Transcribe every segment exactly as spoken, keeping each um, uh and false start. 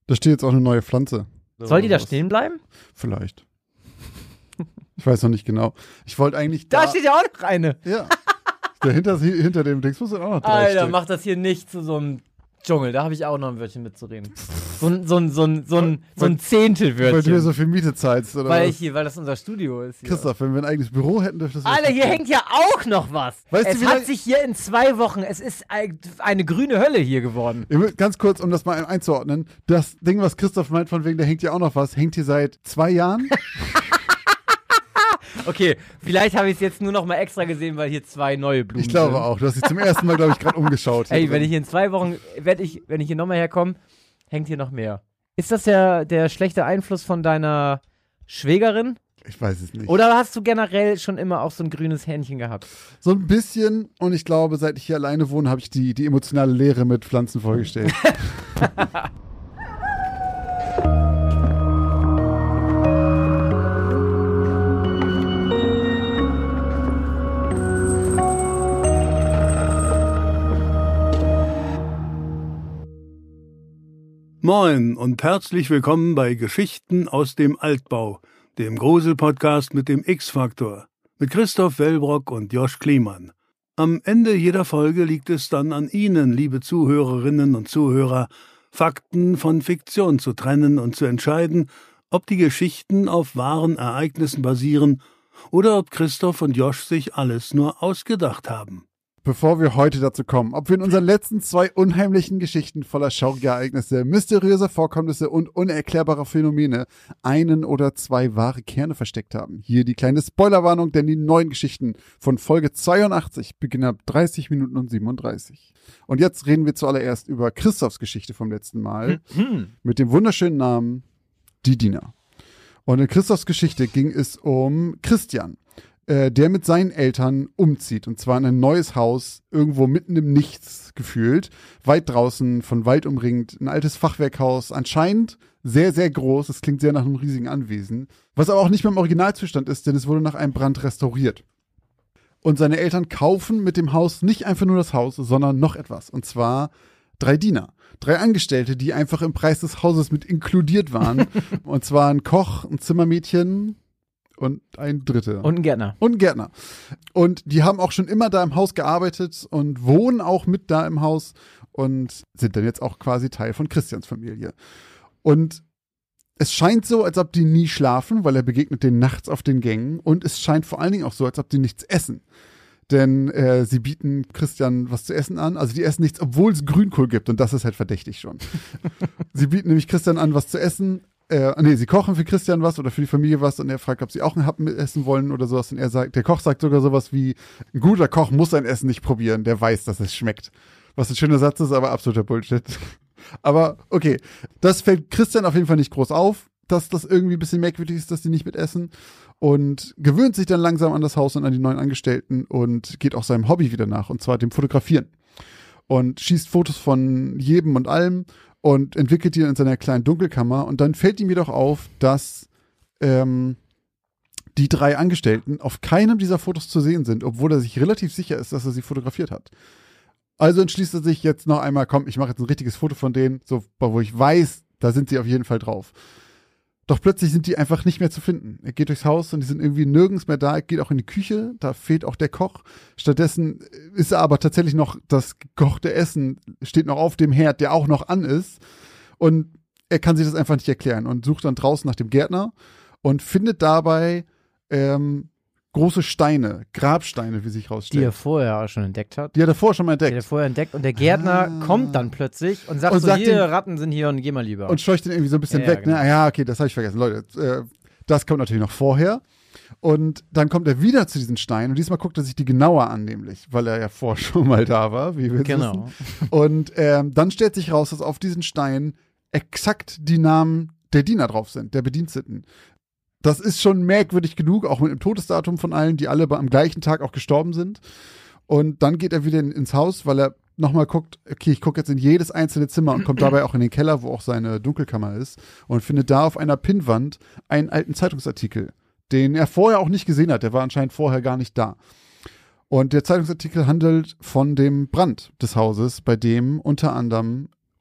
Da steht jetzt auch eine neue Pflanze. Soll die da stehen bleiben? Vielleicht. Ich weiß noch nicht genau. Ich wollte eigentlich da... Da steht ja auch noch eine. Ja. Dahinter, hinter dem Dings muss dann auch noch drei Alter, stehen. mach das hier nicht zu so einem Dschungel. Da habe ich auch noch ein Wörtchen mitzureden. So ein, so ein, so ein, so ein, so ein Zehntelwörtchen. Weil du mir so viel Miete zahlst, oder Weil was? ich hier, weil das unser Studio ist hier. Christoph, wenn wir ein eigenes Büro hätten, dürfte das... Alter, hier hängt ja auch noch was. Weißt es du, wie hat lang- sich hier in zwei Wochen, es ist ein- eine grüne Hölle hier geworden. Ganz kurz, um das mal einzuordnen. Das Ding, was Christoph meint, von wegen, da hängt ja auch noch was, hängt hier seit zwei Jahren. Okay, vielleicht habe ich es jetzt nur noch mal extra gesehen, weil hier zwei neue Blumen Ich glaube sind. auch. Du hast dich zum ersten Mal, glaube ich, gerade umgeschaut. Ey, wenn ich in zwei Wochen, werd ich, wenn ich hier nochmal herkomme, hängt hier noch mehr. Ist das der, der schlechte Einfluss von deiner Schwägerin? Ich weiß es nicht. Oder hast du generell schon immer auch so ein grünes Händchen gehabt? So ein bisschen. Und ich glaube, seit ich hier alleine wohne, habe ich die, die emotionale Leere mit Pflanzen vorgestellt. Moin und herzlich willkommen bei Geschichten aus dem Altbau, dem Grusel-Podcast mit dem X-Faktor, mit Christoph Wellbrock und Josh Kliemann. Am Ende jeder Folge liegt es dann an Ihnen, liebe Zuhörerinnen und Zuhörer, Fakten von Fiktion zu trennen und zu entscheiden, ob die Geschichten auf wahren Ereignissen basieren oder ob Christoph und Josh sich alles nur ausgedacht haben. Bevor wir heute dazu kommen, ob wir in unseren letzten zwei unheimlichen Geschichten voller schauriger Ereignisse, mysteriöser Vorkommnisse und unerklärbarer Phänomene einen oder zwei wahre Kerne versteckt haben. Hier die kleine Spoilerwarnung, denn die neuen Geschichten von Folge zweiundachtzig beginnen ab dreißig Minuten und siebenunddreißig. Und jetzt reden wir zuallererst über Christophs Geschichte vom letzten Mal mit dem wunderschönen Namen Die Diener. Und in Christophs Geschichte ging es um Christian, der mit seinen Eltern umzieht. Und zwar in ein neues Haus, irgendwo mitten im Nichts gefühlt. Weit draußen, von Wald umringt. Ein altes Fachwerkhaus. Anscheinend sehr, sehr groß. Es klingt sehr nach einem riesigen Anwesen. Was aber auch nicht mehr im Originalzustand ist, denn es wurde nach einem Brand restauriert. Und seine Eltern kaufen mit dem Haus nicht einfach nur das Haus, sondern noch etwas. Und zwar drei Diener. Drei Angestellte, die einfach im Preis des Hauses mit inkludiert waren. Und zwar ein Koch, ein Zimmermädchen und ein Dritter. Und ein Gärtner. Und ein Gärtner. Und die haben auch schon immer da im Haus gearbeitet und wohnen auch mit da im Haus und sind dann jetzt auch quasi Teil von Christians Familie. Und es scheint so, als ob die nie schlafen, weil er begegnet denen nachts auf den Gängen. Und es scheint vor allen Dingen auch so, als ob die nichts essen. Denn äh, sie bieten Christian was zu essen an. Also die essen nichts, obwohl es Grünkohl gibt. Und das ist halt verdächtig schon. Sie bieten nämlich Christian an, was zu essen. Äh, nee, sie kochen für Christian was oder für die Familie was und er fragt, ob sie auch ein Happen essen wollen oder sowas. Und er sagt, der Koch sagt sogar sowas wie, ein guter Koch muss sein Essen nicht probieren, der weiß, dass es schmeckt. Was ein schöner Satz ist, aber absoluter Bullshit. Aber okay, das fällt Christian auf jeden Fall nicht groß auf, dass das irgendwie ein bisschen merkwürdig ist, dass die nicht mitessen. Und gewöhnt sich dann langsam an das Haus und an die neuen Angestellten und geht auch seinem Hobby wieder nach, und zwar dem Fotografieren. Und schießt Fotos von jedem und allem und entwickelt die in seiner kleinen Dunkelkammer. Und dann fällt ihm jedoch auf, dass ähm, die drei Angestellten auf keinem dieser Fotos zu sehen sind, obwohl er sich relativ sicher ist, dass er sie fotografiert hat. Also entschließt er sich jetzt noch einmal, komm, ich mache jetzt ein richtiges Foto von denen, so, wo ich weiß, da sind sie auf jeden Fall drauf. Doch plötzlich sind die einfach nicht mehr zu finden. Er geht durchs Haus und die sind irgendwie nirgends mehr da. Er geht auch in die Küche, da fehlt auch der Koch. Stattdessen ist er aber tatsächlich noch, das gekochte Essen steht noch auf dem Herd, der auch noch an ist. Und er kann sich das einfach nicht erklären und sucht dann draußen nach dem Gärtner und findet dabei ähm, große Steine, Grabsteine, wie sich Die rausstellt. er vorher auch schon entdeckt hat. Die hat er vorher schon mal Die entdeckt. hat er vorher entdeckt. Und der Gärtner Ah. kommt dann plötzlich und sagt Und so, sagt hier, dem- Ratten sind hier und geh mal lieber. Und scheucht den irgendwie so ein bisschen Ja, weg. genau. Ne? Ja, okay, das habe ich vergessen. Leute, äh, das kommt natürlich noch vorher. Und dann kommt er wieder zu diesen Steinen und diesmal guckt er sich die genauer an, nämlich, weil er ja vorher schon mal da war, wie wir Genau. wissen. Und ähm, dann stellt sich raus, dass auf diesen Steinen exakt die Namen der Diener drauf sind, der Bediensteten. Das ist schon merkwürdig genug, auch mit dem Todesdatum von allen, die alle am gleichen Tag auch gestorben sind. Und dann geht er wieder in, ins Haus, weil er nochmal guckt, okay, ich gucke jetzt in jedes einzelne Zimmer und kommt dabei auch in den Keller, wo auch seine Dunkelkammer ist, und findet da auf einer Pinnwand einen alten Zeitungsartikel, den er vorher auch nicht gesehen hat. Der war anscheinend vorher gar nicht da. Und der Zeitungsartikel handelt von dem Brand des Hauses, bei dem unter anderem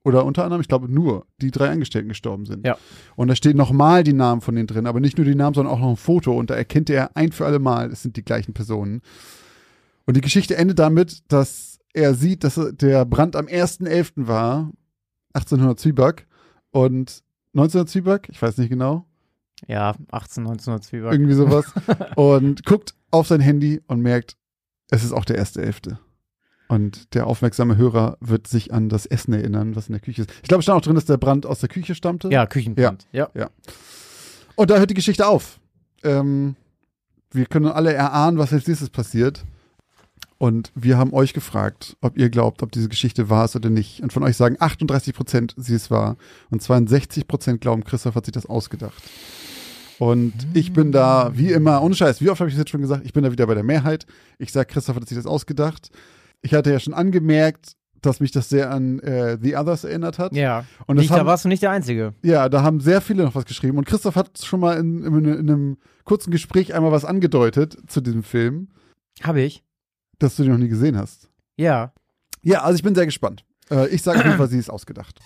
oder unter anderem, ich glaube nur, die drei Angestellten gestorben sind. Ja. Und da stehen nochmal die Namen von denen drin, aber nicht nur die Namen, sondern auch noch ein Foto. Und da erkennt er ein für alle Mal, es sind die gleichen Personen. Und die Geschichte endet damit, dass er sieht, dass der Brand am ersten elften war, achtzehnhundert Zwieback. Und neunzehnhundert Zwieback, ich weiß nicht genau. Ja, achtzehn, neunzehnhundert Zwieback. Irgendwie sowas. Und guckt auf sein Handy und merkt, es ist auch der erste elfte. Und der aufmerksame Hörer wird sich an das Essen erinnern, was in der Küche ist. Ich glaube, es stand auch drin, dass der Brand aus der Küche stammte. Ja, Küchenbrand. Ja. ja. Und da hört die Geschichte auf. Ähm, wir können alle erahnen, was als nächstes passiert. Und wir haben euch gefragt, ob ihr glaubt, ob diese Geschichte wahr ist oder nicht. Und von euch sagen achtunddreißig Prozent, sie ist wahr. Und zweiundsechzig Prozent glauben, Christoph hat sich das ausgedacht. Und ich bin da, wie immer, ohne Scheiß, wie oft habe ich das jetzt schon gesagt, ich bin da wieder bei der Mehrheit. Ich sage, Christoph hat sich das ausgedacht. Ich hatte ja schon angemerkt, dass mich das sehr an äh, The Others erinnert hat. Ja, und das nicht, haben, da warst du nicht der Einzige. Ja, da haben sehr viele noch was geschrieben. Und Christoph hat schon mal in, in, in einem kurzen Gespräch einmal was angedeutet zu diesem Film. Habe ich. Dass du den noch nie gesehen hast. Ja. Ja, also ich bin sehr gespannt. Äh, ich sage auf jeden Fall, sie ist ausgedacht.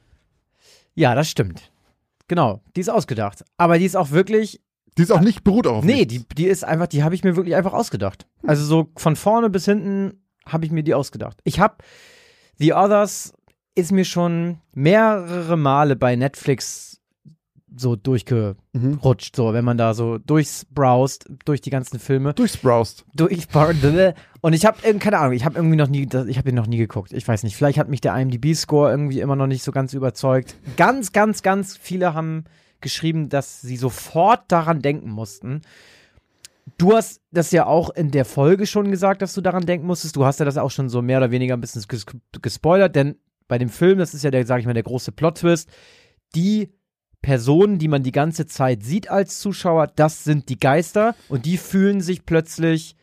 Ja, das stimmt. Genau, die ist ausgedacht. Aber die ist auch wirklich... Die ist auch nicht, beruht auch auf Nee, nichts. die, die ist einfach, die habe ich mir wirklich einfach ausgedacht. Also so von vorne bis hinten habe ich mir die ausgedacht. Ich habe The Others ist mir schon mehrere Male bei Netflix so durchgerutscht, Mhm. so wenn man da so durchsbrowst durch die ganzen Filme. Durchsbrowst. Durch und ich habe keine Ahnung, ich habe irgendwie noch nie, ich habe ihn noch nie geguckt. Ich weiß nicht, vielleicht hat mich der I M D B-Score irgendwie immer noch nicht so ganz überzeugt. Ganz, ganz, ganz viele haben geschrieben, dass sie sofort daran denken mussten. Du hast das ja auch in der Folge schon gesagt, dass du daran denken musstest. Du hast ja das auch schon so mehr oder weniger ein bisschen ges- gespoilert, denn bei dem Film, das ist ja der, sag ich mal, der große Plot-Twist, die Personen, die man die ganze Zeit sieht als Zuschauer, das sind die Geister und die fühlen sich plötzlich,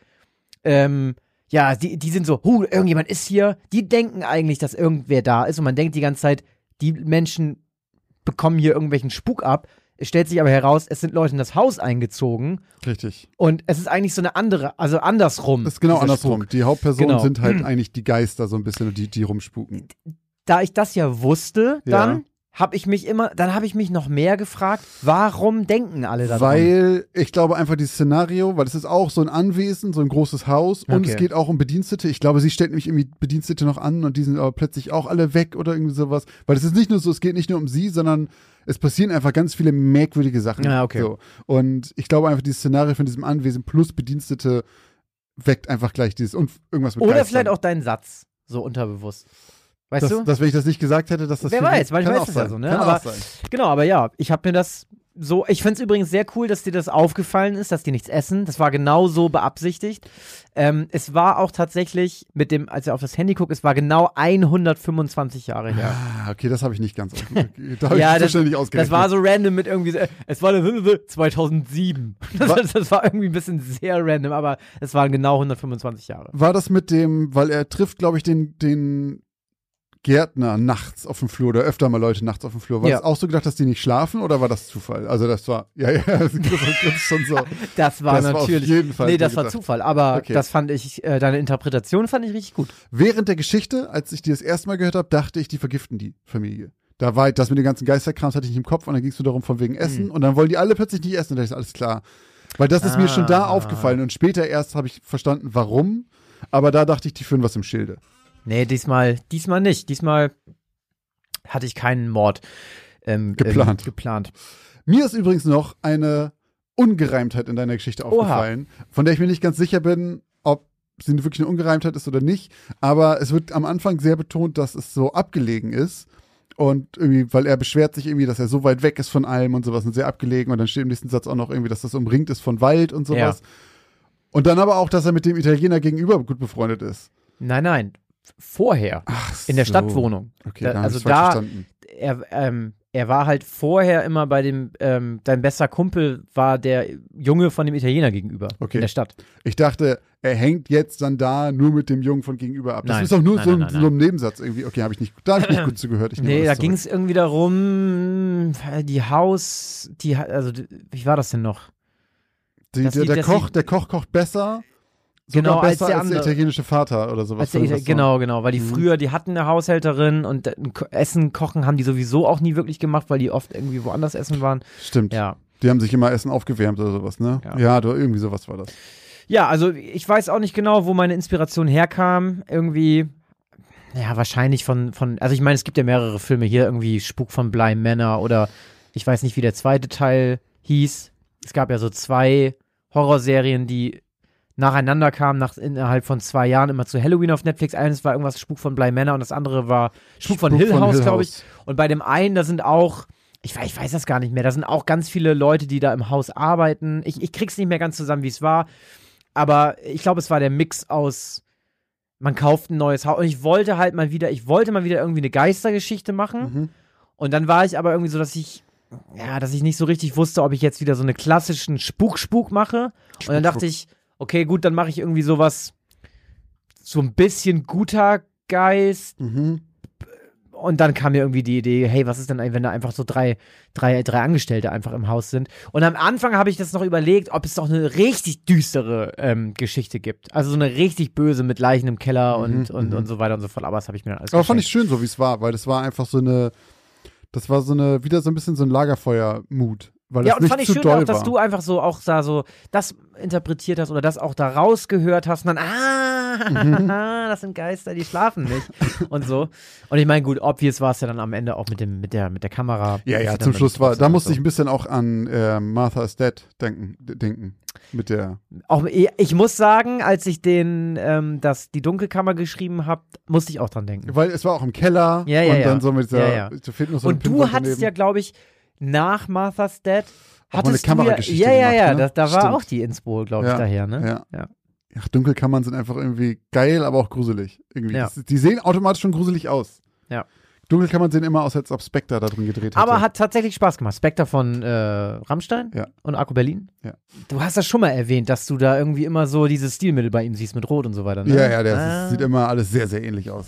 ähm, ja, die, die sind so, huh, irgendjemand ist hier, die denken eigentlich, dass irgendwer da ist und man denkt die ganze Zeit, die Menschen bekommen hier irgendwelchen Spuk ab. Es stellt sich aber heraus, es sind Leute in das Haus eingezogen. Richtig. Und es ist eigentlich so eine andere, also andersrum. Das ist genau dieser andersrum. Spuk. Die Hauptpersonen Genau. sind halt eigentlich die Geister so ein bisschen, die, die rumspuken. Da ich das ja wusste, dann Ja. habe ich mich immer, dann habe ich mich noch mehr gefragt, warum denken alle daran? Weil ich glaube einfach dieses Szenario, weil es ist auch so ein Anwesen, so ein großes Haus und Okay. es geht auch um Bedienstete. Ich glaube, sie stellt nämlich irgendwie Bedienstete noch an und die sind aber plötzlich auch alle weg oder irgendwie sowas. Weil es ist nicht nur so, es geht nicht nur um sie, sondern es passieren einfach ganz viele merkwürdige Sachen. Ja, okay. So. Und ich glaube einfach, dieses Szenario von diesem Anwesen plus Bedienstete weckt einfach gleich dieses und irgendwas mit Oder Geistern. vielleicht auch deinen Satz, so unterbewusst. Weißt dass, du? dass, wenn ich das nicht gesagt hätte, dass das Wer viel- weiß, manchmal kann ist auch es ja sein. so, ne? Kann Aber- auch sein. Genau, aber ja, ich habe mir das so, ich finde es übrigens sehr cool, dass dir das aufgefallen ist, dass die nichts essen. Das war genau so beabsichtigt. Ähm, es war auch tatsächlich mit dem, als er auf das Handy guckt, es war genau hundertfünfundzwanzig Jahre her. Ah, okay, das habe ich nicht ganz. Okay, da habe Ja, ich das, wahrscheinlich das ausgerechnet. war so random mit irgendwie, so, äh, es war zweitausendsieben. Wa- Das, das war irgendwie ein bisschen sehr random, aber es waren genau hundertfünfundzwanzig Jahre. War das mit dem, weil er trifft, glaube ich, den, den Gärtner nachts auf dem Flur oder öfter mal Leute nachts auf dem Flur. War Ja. das auch so gedacht, dass die nicht schlafen oder war das Zufall? Also das war, ja, ja, das ist schon so. Das war Das war auf natürlich, jeden Fall nee, so das war gedacht. Zufall, aber Okay. das fand ich, äh, deine Interpretation fand ich richtig gut. Während der Geschichte, als ich die das erste Mal gehört habe, dachte ich, die vergiften die Familie. Da war das mit den ganzen Geisterkrams hatte ich nicht im Kopf und dann ging es nur darum von wegen Essen Hm. und dann wollen die alle plötzlich nicht essen und da ist alles klar. Weil das ist mir schon da Ah. aufgefallen und später erst habe ich verstanden, warum, aber da dachte ich, die führen was im Schilde. Nee, diesmal, diesmal nicht. Diesmal hatte ich keinen Mord ähm, Geplant. Ähm, geplant. Mir ist übrigens noch eine Ungereimtheit in deiner Geschichte aufgefallen, von der ich mir nicht ganz sicher bin, ob sie wirklich eine Ungereimtheit ist oder nicht. Aber es wird am Anfang sehr betont, dass es so abgelegen ist. Und irgendwie, weil er beschwert sich irgendwie, dass er so weit weg ist von allem und sowas und sehr abgelegen. Und dann steht im nächsten Satz auch noch irgendwie, dass das umringt ist von Wald und sowas. Ja. Und dann aber auch, dass er mit dem Italiener gegenüber gut befreundet ist. Nein, nein. Vorher. Ach In der so. Stadtwohnung. Okay, Da- da, also also falsch da- verstanden. Er, ähm, er war halt vorher immer bei dem, ähm, dein bester Kumpel war der Junge von dem Italiener gegenüber Okay. in der Stadt. Ich dachte, er hängt jetzt dann da nur mit dem Jungen von gegenüber ab. Das Nein, ist auch nur nein, so, nein, ein- nein, so ein Nebensatz irgendwie. Okay, habe ich nicht, da habe ich nicht gut zugehört. Ich nehme Nee, da alles zurück. ging es irgendwie darum, die Haus, die, also die- wie war das denn noch? Die, dass der, die- der, dass Koch, die- der Koch kocht besser Genau, Sogar als besser der als der andere. italienische Vater oder sowas. Als der, irgendwas so. genau, genau, weil die Mhm. früher, die hatten eine Haushälterin und äh, Ko- Essen kochen haben die sowieso auch nie wirklich gemacht, weil die oft irgendwie woanders essen waren. Stimmt. Ja. Die haben sich immer Essen aufgewärmt oder sowas, ne? Ja. Ja, du, irgendwie sowas war das. Ja, also ich weiß auch nicht genau, wo meine Inspiration herkam. Irgendwie, ja, wahrscheinlich von, von also ich meine, es gibt ja mehrere Filme hier, irgendwie Spuk von Bly Manor oder ich weiß nicht, wie der zweite Teil hieß. Es gab ja so zwei Horrorserien, die nacheinander kamen, nach, innerhalb von zwei Jahren immer zu Halloween auf Netflix. Eines war irgendwas Spuk von Bly Manor und das andere war Spuk, von Hill House, glaube ich. Und bei dem einen, da sind auch, ich weiß, ich weiß das gar nicht mehr, da sind auch ganz viele Leute, die da im Haus arbeiten. Ich, ich krieg's nicht mehr ganz zusammen, wie es war. Aber ich glaube, es war der Mix aus, man kauft ein neues Haus. Und ich wollte halt mal wieder, ich wollte mal wieder irgendwie eine Geistergeschichte machen. Mhm. Und dann war ich aber irgendwie so, dass ich, ja, dass ich nicht so richtig wusste, ob ich jetzt wieder so eine klassischen Spuk-Spuk mache. Und dann dachte ich, okay, gut, dann mache ich irgendwie sowas, so ein bisschen guter Geist. Mhm. Und dann kam mir irgendwie die Idee, hey, was ist denn, wenn da einfach so drei, drei, drei Angestellte einfach im Haus sind? Und am Anfang habe ich das noch überlegt, ob es doch eine richtig düstere ähm, Geschichte gibt. Also so eine richtig böse mit Leichen im Keller und, Mhm, und, mhm. und so weiter und so fort. Aber das habe ich mir dann alles Aber fand ich geschenkt. schön, so wie es war, weil das war einfach so eine, das war so eine, wieder so ein bisschen so ein Lagerfeuer-Mut. Weil Ja, das und nicht fand ich zu schön doll auch, dass war. du einfach so auch da so das interpretiert hast oder das auch da rausgehört hast und dann, Mhm. ah, das sind Geister, die schlafen nicht und so. Und ich meine, gut, obvious war es ja dann am Ende auch mit dem, mit der, mit der Kamera. Ja, Ist ja, dann zum dann Schluss war, da trotzdem musste so. ich ein bisschen auch an äh, Martha's Dead denken, d- denken. Mit der, Auch, ich muss sagen, als ich den, ähm, das, die Dunkelkammer geschrieben habe, musste ich auch dran denken. weil es war auch im Keller Ja, ja, und ja. dann so mit dieser, Ja, ja. da fehlt noch so ein Und du Pinwand hattest daneben. ja, glaube ich, nach Martha's Dead Auch mal eine hattest du ja, Kamerageschichte ja, ja, gemacht, ja, ne? da, da war Stimmt. auch die Inspo, glaube ich, Ja, daher, ne? ja. Ja. Ach, Dunkelkammern sind einfach irgendwie geil, aber auch gruselig. Irgendwie. Ja. Das, die sehen automatisch schon gruselig aus. Ja. Dunkelkammern sehen immer aus, als ob Spectre da drin gedreht hätte. Aber hat tatsächlich Spaß gemacht. Spectre von äh, Rammstein Ja. und Akku Berlin. Ja. Du hast das schon mal erwähnt, dass du da irgendwie immer so dieses Stilmittel bei ihm siehst mit Rot und so weiter. Ne? Ja, ja, das Ah. ist, sieht immer alles sehr, sehr ähnlich aus.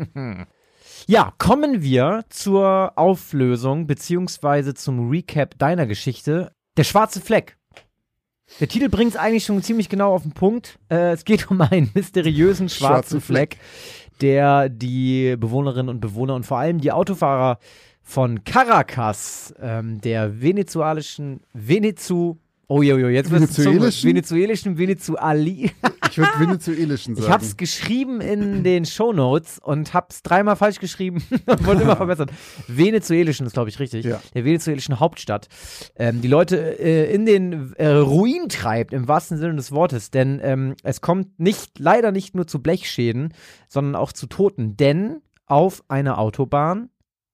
Ja, kommen wir zur Auflösung beziehungsweise zum Recap deiner Geschichte. Der schwarze Fleck. Der Titel bringt es eigentlich schon ziemlich genau auf den Punkt. Äh, es geht um einen mysteriösen schwarzen Schwarzen Fleck. Fleck, der die Bewohnerinnen und Bewohner und vor allem die Autofahrer von Caracas, ähm, der venezuelischen Venezu Oh, jo, jo, jetzt wird's Venezuelischen? Venezuelischen Venezuali. Ich würde venezuelischen sagen. Ich hab's geschrieben in den Shownotes und hab's dreimal falsch geschrieben und wurde immer verbessert. Venezuelischen ist, glaube ich, richtig. Ja. Der venezuelischen Hauptstadt. Ähm, die Leute äh, in den äh, Ruin treibt, im wahrsten Sinne des Wortes. Denn ähm, es kommt nicht, leider nicht nur zu Blechschäden, sondern auch zu Toten. Denn auf einer Autobahn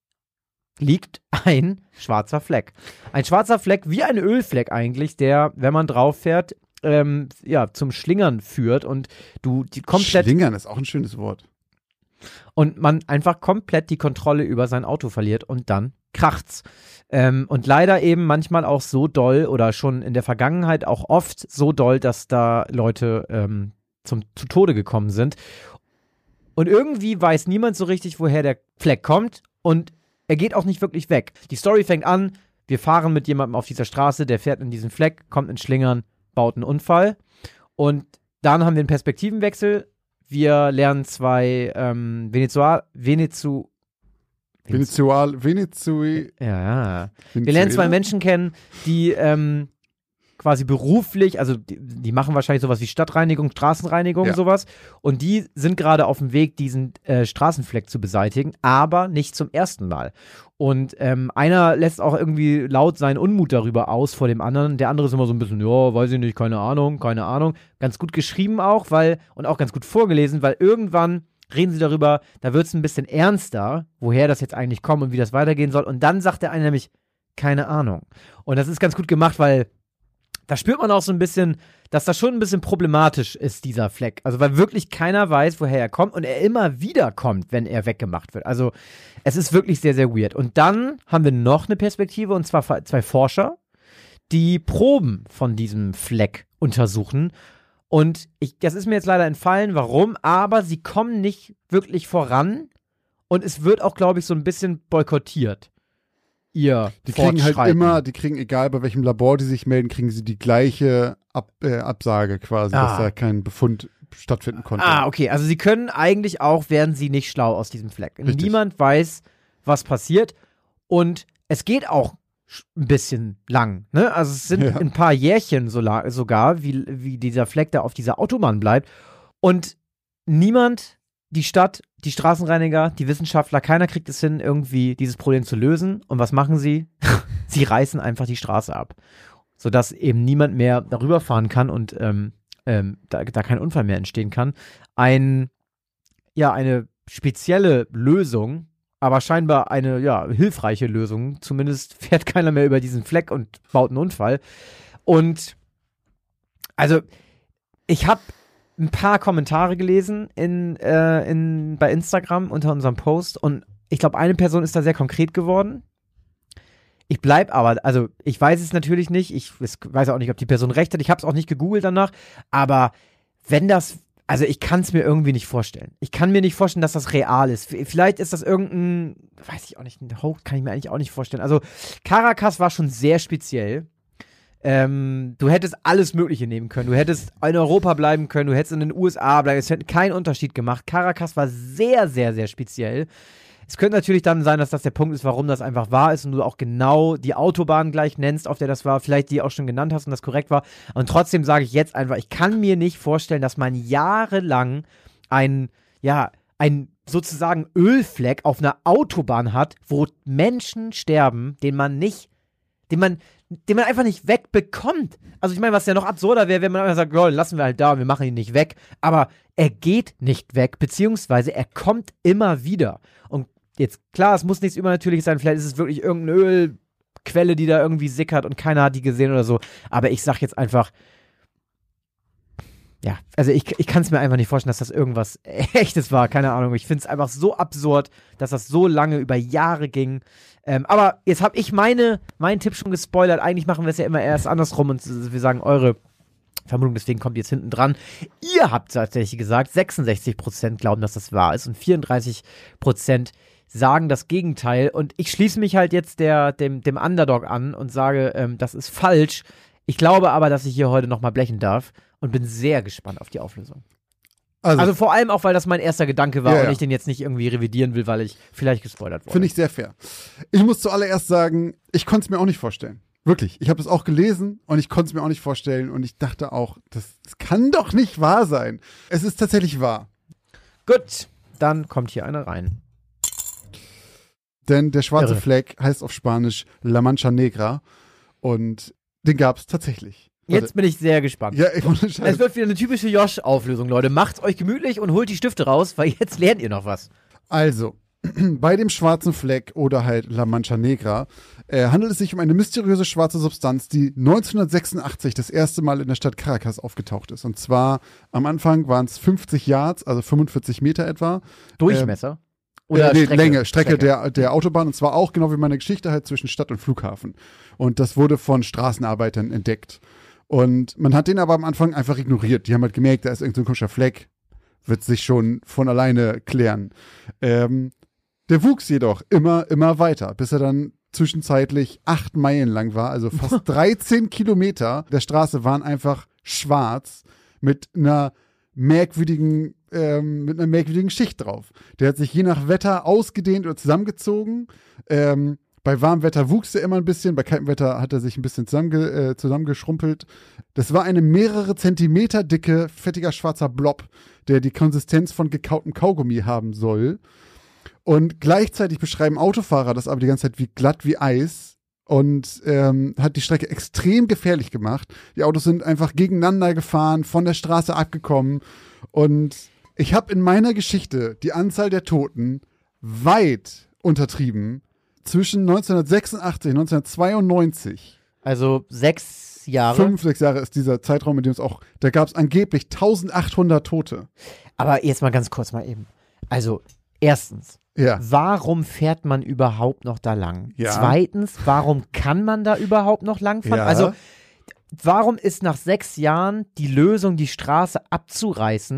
liegt ein schwarzer Fleck. Ein schwarzer Fleck, wie ein Ölfleck eigentlich, der, wenn man drauf fährt, ähm, ja, zum Schlingern führt und du die komplett Schlingern ist auch ein schönes Wort. und man einfach komplett die Kontrolle über sein Auto verliert und dann kracht's. Ähm, und leider eben manchmal auch so doll oder schon in der Vergangenheit auch oft so doll, dass da Leute ähm, zum, zu Tode gekommen sind. Und irgendwie weiß niemand so richtig, woher der Fleck kommt und er geht auch nicht wirklich weg. Die Story fängt an, wir fahren mit jemandem auf dieser Straße, der fährt in diesen Fleck, kommt ins Schlingern, baut einen Unfall und dann haben wir einen Perspektivenwechsel. Wir lernen zwei ähm, Venezuela, Venezu, Venezual, Venezui, ja, ja. Venezuela? Wir lernen zwei Menschen kennen, die ähm, quasi beruflich, also die, die machen wahrscheinlich sowas wie Stadtreinigung, Straßenreinigung, Ja. sowas. Und die sind gerade auf dem Weg, diesen äh, Straßenfleck zu beseitigen, aber nicht zum ersten Mal. Und ähm, einer lässt auch irgendwie laut seinen Unmut darüber aus vor dem anderen. Der andere ist immer so ein bisschen, ja, weiß ich nicht, keine Ahnung, keine Ahnung. Ganz gut geschrieben auch, weil, und auch ganz gut vorgelesen, weil irgendwann reden sie darüber, da wird es ein bisschen ernster, woher das jetzt eigentlich kommt und wie das weitergehen soll. Und dann sagt der eine nämlich, keine Ahnung. Und das ist ganz gut gemacht, weil da spürt man auch so ein bisschen, dass das schon ein bisschen problematisch ist, dieser Fleck. Also weil wirklich keiner weiß, woher er kommt und er immer wieder kommt, wenn er weggemacht wird. Also es ist wirklich sehr, sehr weird. Und dann haben wir noch eine Perspektive und zwar zwei Forscher, die Proben von diesem Fleck untersuchen. Und ich, das ist mir jetzt leider entfallen, warum, aber sie kommen nicht wirklich voran und es wird auch, glaube ich, so ein bisschen boykottiert. ihr Die kriegen halt fortschreiten. immer, die kriegen, egal bei welchem Labor die sich melden, kriegen sie die gleiche Ab, äh, Absage quasi, Ah. dass da kein Befund stattfinden konnte. Ah, okay. Also sie können eigentlich auch, werden sie nicht schlau aus diesem Fleck. Richtig. Niemand weiß, was passiert. Und es geht auch sch- ein bisschen lang. Ne? Also es sind Ja. ein paar Jährchen so la- sogar, wie, wie dieser Fleck da auf dieser Autobahn bleibt. Und niemand, die Stadt, die Straßenreiniger, die Wissenschaftler, keiner kriegt es hin, irgendwie dieses Problem zu lösen. Und was machen sie? Sie reißen einfach die Straße ab. Sodass eben niemand mehr darüber fahren kann und ähm, ähm, da, da kein Unfall mehr entstehen kann. Ein, ja, eine spezielle Lösung, aber scheinbar eine, ja, hilfreiche Lösung. Zumindest fährt keiner mehr über diesen Fleck und baut einen Unfall. Und also, ich habe ein paar Kommentare gelesen in, äh, in, bei Instagram unter unserem Post und ich glaube, eine Person ist da sehr konkret geworden. Ich bleib aber, also ich weiß es natürlich nicht, ich weiß auch nicht, ob die Person recht hat, ich habe es auch nicht gegoogelt danach, aber wenn das, also ich kann es mir irgendwie nicht vorstellen. Ich kann mir nicht vorstellen, dass das real ist. Vielleicht ist das irgendein, weiß ich auch nicht, ein Hoax kann ich mir eigentlich auch nicht vorstellen. Also Caracas war schon sehr speziell. Ähm, du hättest alles Mögliche nehmen können. Du hättest in Europa bleiben können, du hättest in den U S A bleiben, es hätte keinen Unterschied gemacht. Caracas war sehr, sehr, sehr speziell. Es könnte natürlich dann sein, dass das der Punkt ist, warum das einfach wahr ist und du auch genau die Autobahn gleich nennst, auf der das war, vielleicht die auch schon genannt hast und das korrekt war. Und trotzdem sage ich jetzt einfach, ich kann mir nicht vorstellen, dass man jahrelang ein, ja, ein sozusagen Ölfleck auf einer Autobahn hat, wo Menschen sterben, den man nicht, den man, den man einfach nicht wegbekommt. Also ich meine, was ja noch absurder wäre, wenn man einfach sagt, Leute, lassen wir halt da und wir machen ihn nicht weg. Aber er geht nicht weg, beziehungsweise er kommt immer wieder. Und jetzt, klar, es muss nichts Übernatürliches sein, vielleicht ist es wirklich irgendeine Ölquelle, die da irgendwie sickert und keiner hat die gesehen oder so. Aber ich sag jetzt einfach, ja, also ich, ich kann es mir einfach nicht vorstellen, dass das irgendwas Echtes war, keine Ahnung. Ich finde es einfach so absurd, dass das so lange über Jahre ging. Ähm, aber jetzt habe ich meine, meinen Tipp schon gespoilert. Eigentlich machen wir es ja immer erst andersrum und wir sagen eure Vermutung, deswegen kommt jetzt hinten dran. Ihr habt tatsächlich gesagt, sechsundsechzig Prozent glauben, dass das wahr ist und vierunddreißig Prozent sagen das Gegenteil. Und ich schließe mich halt jetzt der, dem, dem Underdog an und sage, ähm, das ist falsch. Ich glaube aber, dass ich hier heute nochmal blechen darf und bin sehr gespannt auf die Auflösung. Also, Also vor allem auch, weil das mein erster Gedanke war Ja, und ja. ich den jetzt nicht irgendwie revidieren will, weil ich vielleicht gespoilert wurde. finde ich sehr fair. Ich muss zuallererst sagen, ich konnte es mir auch nicht vorstellen. Wirklich. Ich habe es auch gelesen und ich konnte es mir auch nicht vorstellen und ich dachte auch, das, das kann doch nicht wahr sein. Es ist tatsächlich wahr. Gut, dann kommt hier eine rein. Denn der schwarze Irre. Fleck heißt auf Spanisch La Mancha Negra und den gab es tatsächlich. Jetzt bin ich sehr gespannt. Ja, ich ohne Es Scheiß. wird wieder eine typische Josh-Auflösung, Leute. Macht's euch gemütlich und holt die Stifte raus, weil jetzt lernt ihr noch was. Also, bei dem schwarzen Fleck oder halt La Mancha Negra äh, handelt es sich um eine mysteriöse schwarze Substanz, die neunzehnhundertsechsundachtzig das erste Mal in der Stadt Caracas aufgetaucht ist. Und zwar am Anfang waren es fünfzig Yards, also fünfundvierzig Meter etwa. Durchmesser? Oder Oder nee, Strecke? Länge, Strecke, Der, der Autobahn. Und zwar auch genau wie meine Geschichte halt zwischen Stadt und Flughafen. Und das wurde von Straßenarbeitern entdeckt. Und man hat den aber am Anfang einfach ignoriert. Die haben halt gemerkt, da ist irgendein so ein komischer Fleck. Wird sich schon von alleine klären. Ähm, der wuchs jedoch immer, immer weiter, bis er dann zwischenzeitlich acht Meilen lang war, also fast dreizehn Kilometer der Straße waren einfach schwarz mit einer merkwürdigen, ähm, mit einer merkwürdigen Schicht drauf. Der hat sich je nach Wetter ausgedehnt oder zusammengezogen. Ähm, bei warmem Wetter wuchs er immer ein bisschen, bei kaltem Wetter hat er sich ein bisschen zusammenge äh, zusammengeschrumpelt. Das war eine mehrere Zentimeter dicke, fettiger schwarzer Blob, der die Konsistenz von gekautem Kaugummi haben soll. Und gleichzeitig beschreiben Autofahrer das aber die ganze Zeit wie glatt wie Eis und ähm, hat die Strecke extrem gefährlich gemacht. Die Autos sind einfach gegeneinander gefahren, von der Straße abgekommen. Und ich habe in meiner Geschichte die Anzahl der Toten weit untertrieben. Zwischen neunzehnhundertsechsundachtzig und neunzehnhundertzweiundneunzig. Also sechs Jahre. Fünf, sechs Jahre ist dieser Zeitraum, in dem es auch, da gab es angeblich eintausendachthundert Tote. Aber jetzt mal ganz kurz mal eben. Also, erstens, Ja. warum fährt man überhaupt noch da lang? Ja. Zweitens, warum kann man da überhaupt noch langfahren? Ja. Also, warum ist nach sechs Jahren die Lösung, die Straße abzureißen?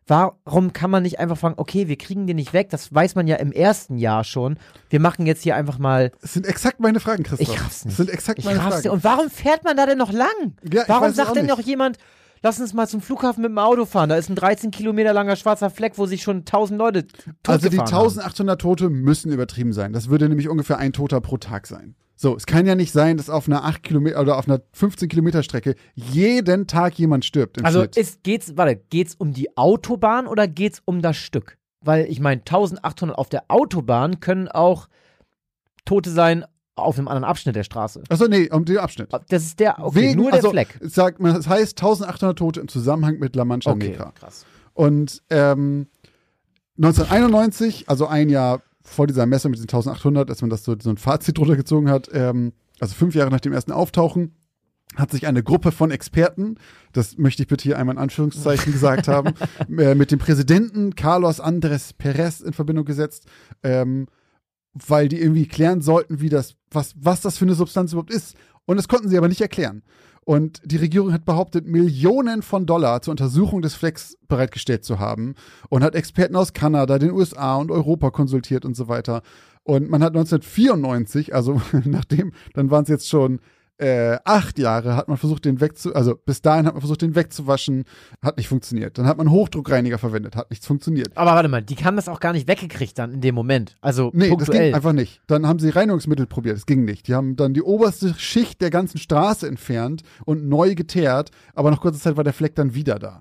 warum kann man nicht einfach fragen, okay, wir kriegen den nicht weg, das weiß man ja im ersten Jahr schon. Wir machen jetzt hier einfach mal. Das sind exakt meine Fragen, Christoph. Ich raff's nicht. Das sind exakt ich meine raff's Fragen. nicht. Und warum fährt man da denn noch lang? Ja, ich warum weiß es sagt auch denn nicht. noch jemand, lass uns mal zum Flughafen mit dem Auto fahren? Da ist ein dreizehn Kilometer langer schwarzer Fleck, wo sich schon tausend Leute totgefahren Also die haben. eintausendachthundert Tote müssen übertrieben sein. Das würde nämlich ungefähr ein Toter pro Tag sein. So, es kann ja nicht sein, dass auf einer acht Kilometer oder auf einer fünfzehn Kilometer Strecke jeden Tag jemand stirbt im Also Schnitt. ist, geht's, warte, geht's um die Autobahn oder geht's um das Stück? Weil ich meine, eintausendachthundert auf der Autobahn können auch Tote sein auf einem anderen Abschnitt der Straße. Achso, nee, um den Abschnitt. Das ist der, okay, Wegen, nur der also, Fleck. Sagt man, das heißt eintausendachthundert Tote im Zusammenhang mit La Mancha Okay, Negra. krass. Und ähm, neunzehnhunderteinundneunzig, also ein Jahr vor dieser Messe mit den eintausendachthundert, als man das so, so ein Fazit drunter gezogen hat, ähm, also fünf Jahre nach dem ersten Auftauchen, hat sich eine Gruppe von Experten, das möchte ich bitte hier einmal in Anführungszeichen gesagt haben, äh, mit dem Präsidenten Carlos Andrés Pérez in Verbindung gesetzt, ähm, weil die irgendwie klären sollten, wie das, was, was das für eine Substanz überhaupt ist. Und das konnten sie aber nicht erklären. Und die Regierung hat behauptet, Millionen von Dollar zur Untersuchung des Flecks bereitgestellt zu haben und hat Experten aus Kanada, den U S A und Europa konsultiert und so weiter. Und man hat neunzehnhundertvierundneunzig, also nachdem, dann waren es jetzt schon äh, acht Jahre, hat man versucht, den wegzu, also bis dahin hat man versucht, den wegzuwaschen, hat nicht funktioniert. Dann hat man Hochdruckreiniger verwendet, hat nichts funktioniert. Aber warte mal, die haben das auch gar nicht weggekriegt dann in dem Moment. Also Nee, punktuell. das ging einfach nicht. Dann haben sie Reinigungsmittel probiert, das ging nicht. Die haben dann die oberste Schicht der ganzen Straße entfernt und neu geteert, aber nach kurzer Zeit war der Fleck dann wieder da.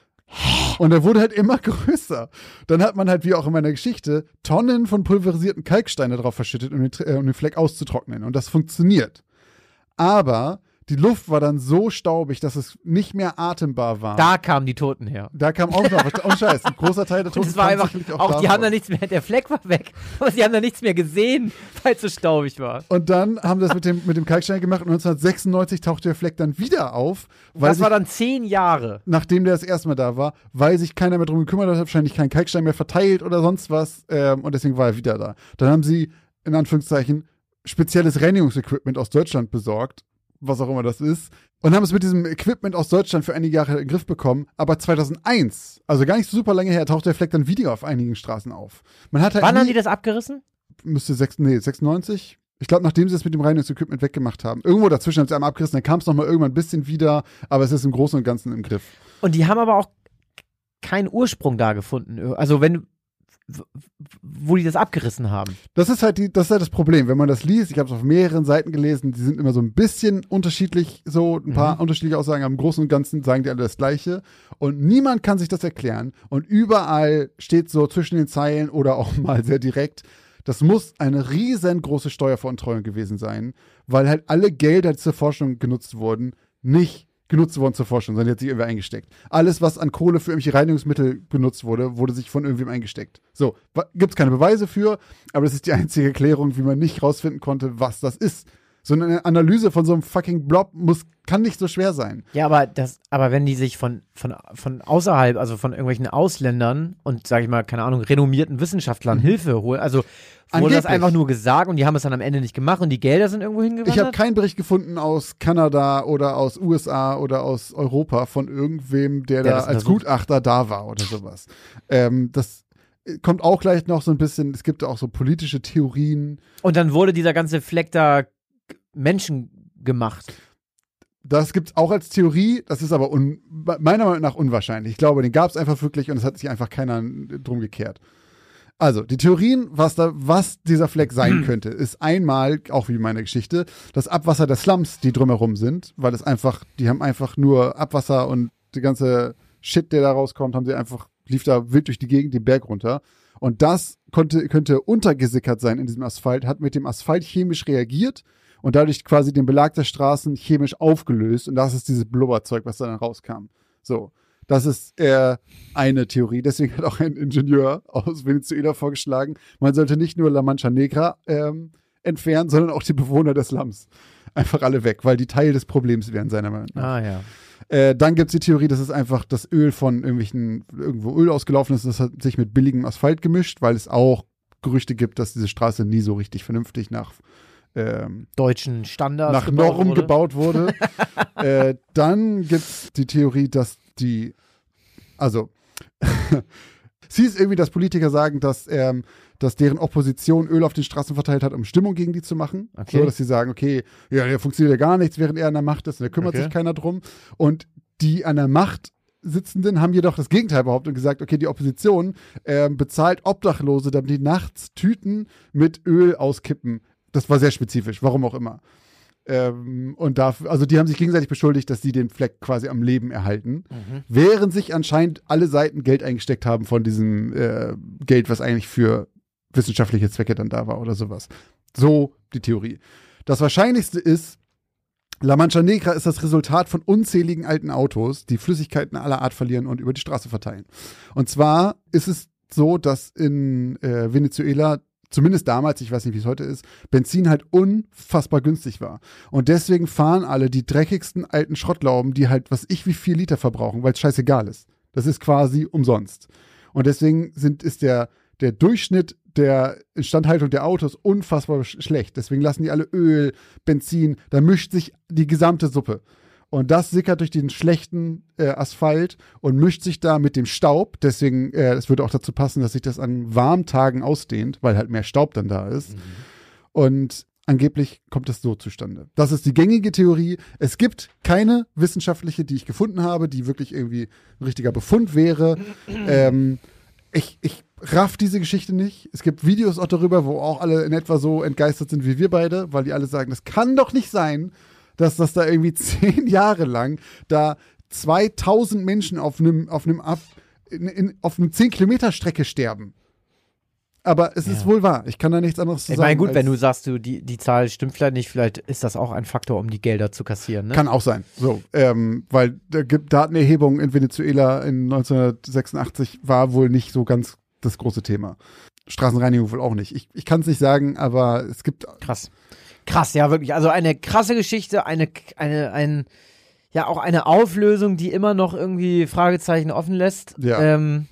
Und er wurde halt immer größer. Dann hat man halt, wie auch in meiner Geschichte, Tonnen von pulverisierten Kalksteine drauf verschüttet, um den, äh, um den Fleck auszutrocknen. Und das funktioniert. Aber die Luft war dann so staubig, dass es nicht mehr atembar war. Da kamen die Toten her. Da kam auch noch, oh Scheiß, ein großer Teil der Und Toten es war kam einfach, sicherlich auch, auch die haben da daraus. nichts mehr, der Fleck war weg, aber sie haben da nichts mehr gesehen, weil es so staubig war. Und dann haben sie das mit dem, mit dem Kalkstein gemacht und neunzehnhundertsechsundneunzig tauchte der Fleck dann wieder auf, weil Das sich, war dann zehn Jahre. nachdem der das erste Mal da war, weil sich keiner mehr drum gekümmert hat, hat wahrscheinlich kein Kalkstein mehr verteilt oder sonst was ähm, und deswegen war er wieder da. Dann haben sie, in Anführungszeichen, spezielles Reinigungsequipment aus Deutschland besorgt, was auch immer das ist, und haben es mit diesem Equipment aus Deutschland für einige Jahre in den Griff bekommen, aber zweitausendeins, also gar nicht so super lange her, taucht der Fleck dann wieder auf einigen Straßen auf. Man hat halt Wann nie, haben die das abgerissen? müsste sechs, nee, sechsundneunzig. Ich glaube, nachdem sie es mit dem Reinigungsequipment weggemacht haben. Irgendwo dazwischen haben sie einmal abgerissen, dann kam es nochmal irgendwann ein bisschen wieder, aber es ist im Großen und Ganzen im Griff. Und die haben aber auch keinen Ursprung da gefunden. Also wenn, w- wo die das abgerissen haben. Das ist halt die, das ist halt das Problem, wenn man das liest, ich habe es auf mehreren Seiten gelesen, die sind immer so ein bisschen unterschiedlich, so ein paar Mhm. unterschiedliche Aussagen, aber im Großen und Ganzen sagen die alle das Gleiche und niemand kann sich das erklären und überall steht so zwischen den Zeilen oder auch mal sehr direkt, das muss eine riesengroße Steuerveruntreuung gewesen sein, weil halt alle Gelder, die zur Forschung genutzt wurden, nicht genutzt wurden zur Forschung, sondern die hat sich irgendwie eingesteckt. Alles, was an Kohle für irgendwelche Reinigungsmittel benutzt wurde, wurde sich von irgendwem eingesteckt. So, gibt es keine Beweise für, aber das ist die einzige Erklärung, wie man nicht rausfinden konnte, was das ist. So eine Analyse von so einem fucking Blob muss, kann nicht so schwer sein. Ja, aber das, aber wenn die sich von, von, von außerhalb, also von irgendwelchen Ausländern und, sag ich mal, keine Ahnung, renommierten Wissenschaftlern Hilfe holen, also wurde das Angeblich. einfach nur gesagt und die haben es dann am Ende nicht gemacht und die Gelder sind irgendwo hingewandert? Ich habe keinen Bericht gefunden aus Kanada oder aus U S A oder aus Europa von irgendwem, der Der da das als untersucht. Gutachter da war oder sowas. Ähm, das kommt auch gleich noch so ein bisschen, es gibt auch so politische Theorien. Und dann wurde dieser ganze Fleck da Menschen gemacht. Das gibt es auch als Theorie, das ist aber un, meiner Meinung nach unwahrscheinlich. Ich glaube, den gab es einfach wirklich und es hat sich einfach keiner drum gekehrt. Also, die Theorien, was da, was dieser Fleck sein könnte, ist einmal, auch wie meine Geschichte, das Abwasser der Slums, die drumherum sind, weil es einfach, die haben einfach nur Abwasser und die ganze Shit, der da rauskommt, haben sie einfach, lief da wild durch die Gegend, den Berg runter. Und das konnte, könnte untergesickert sein in diesem Asphalt, hat mit dem Asphalt chemisch reagiert und dadurch quasi den Belag der Straßen chemisch aufgelöst. Und das ist dieses Blubberzeug, was da dann rauskam. So. Das ist äh, eine Theorie. Deswegen hat auch ein Ingenieur aus Venezuela vorgeschlagen, man sollte nicht nur La Mancha Negra ähm, entfernen, sondern auch die Bewohner des Slums. Einfach alle weg, weil die Teil des Problems wären, seiner Meinung nach. Ah ja. Äh, dann gibt es die Theorie, dass es einfach das Öl von irgendwelchen, irgendwo Öl ausgelaufen ist, das hat sich mit billigem Asphalt gemischt, weil es auch Gerüchte gibt, dass diese Straße nie so richtig vernünftig nach ähm, Deutschen Standards nach gebaut Norm wurde. gebaut wurde. äh, dann gibt es die Theorie, dass die, also Es hieß irgendwie, dass Politiker sagen, dass, ähm, dass deren Opposition Öl auf den Straßen verteilt hat, um Stimmung gegen die zu machen. Okay. So, dass sie sagen, okay, ja, der funktioniert ja gar nichts, während er an der Macht ist und da kümmert Okay. sich keiner drum. Und die an der Macht Sitzenden haben jedoch das Gegenteil behauptet und gesagt, okay, die Opposition ähm, bezahlt Obdachlose, damit die nachts Tüten mit Öl auskippen. Das war sehr spezifisch, warum auch immer. Ähm, und dafür, also die haben sich gegenseitig beschuldigt, dass sie den Fleck quasi am Leben erhalten, Mhm. während sich anscheinend alle Seiten Geld eingesteckt haben von diesem äh, Geld, was eigentlich für wissenschaftliche Zwecke dann da war oder sowas. So die Theorie. Das Wahrscheinlichste ist, La Mancha Negra ist das Resultat von unzähligen alten Autos, die Flüssigkeiten aller Art verlieren und über die Straße verteilen. Und zwar ist es so, dass in äh, Venezuela, zumindest damals, ich weiß nicht, wie es heute ist, Benzin halt unfassbar günstig war. Und deswegen fahren alle die dreckigsten alten Schrottlauben, die halt, was ich wie vier Liter verbrauchen, weil es scheißegal ist. Das ist quasi umsonst. Und deswegen sind, ist der, der Durchschnitt der Instandhaltung der Autos unfassbar sch- schlecht. Deswegen lassen die alle Öl, Benzin, da mischt sich die gesamte Suppe. Und das sickert durch den schlechten äh, Asphalt und mischt sich da mit dem Staub. Deswegen, äh, es würde auch dazu passen, dass sich das an warmen Tagen ausdehnt, weil halt mehr Staub dann da ist. Mhm. Und angeblich kommt es so zustande. Das ist die gängige Theorie. Es gibt keine wissenschaftliche, die ich gefunden habe, die wirklich irgendwie ein richtiger Befund wäre. ähm, ich, ich raff diese Geschichte nicht. Es gibt Videos auch darüber, wo auch alle in etwa so entgeistert sind wie wir beide, weil die alle sagen, das kann doch nicht sein, dass das da irgendwie zehn Jahre lang da zweitausend Menschen auf einem auf einem Ab, in, in, auf einem zehn Kilometer Strecke sterben. Aber es Ja. ist wohl wahr. Ich kann da nichts anderes zu Ich sagen. meine, gut, als- wenn du sagst, du, die, die Zahl stimmt vielleicht nicht, vielleicht ist das auch ein Faktor, um die Gelder zu kassieren, ne? Kann auch sein. So, ähm, weil da gibt Datenerhebung in Venezuela in neunzehnhundertsechsundachtzig war wohl nicht so ganz das große Thema. Straßenreinigung wohl auch nicht. Ich, ich kann es nicht sagen, aber es gibt. Krass. Krass, ja, wirklich. Also eine krasse Geschichte, eine, eine, ein, ja, auch eine Auflösung, die immer noch irgendwie Fragezeichen offen lässt. Ja. Ähm,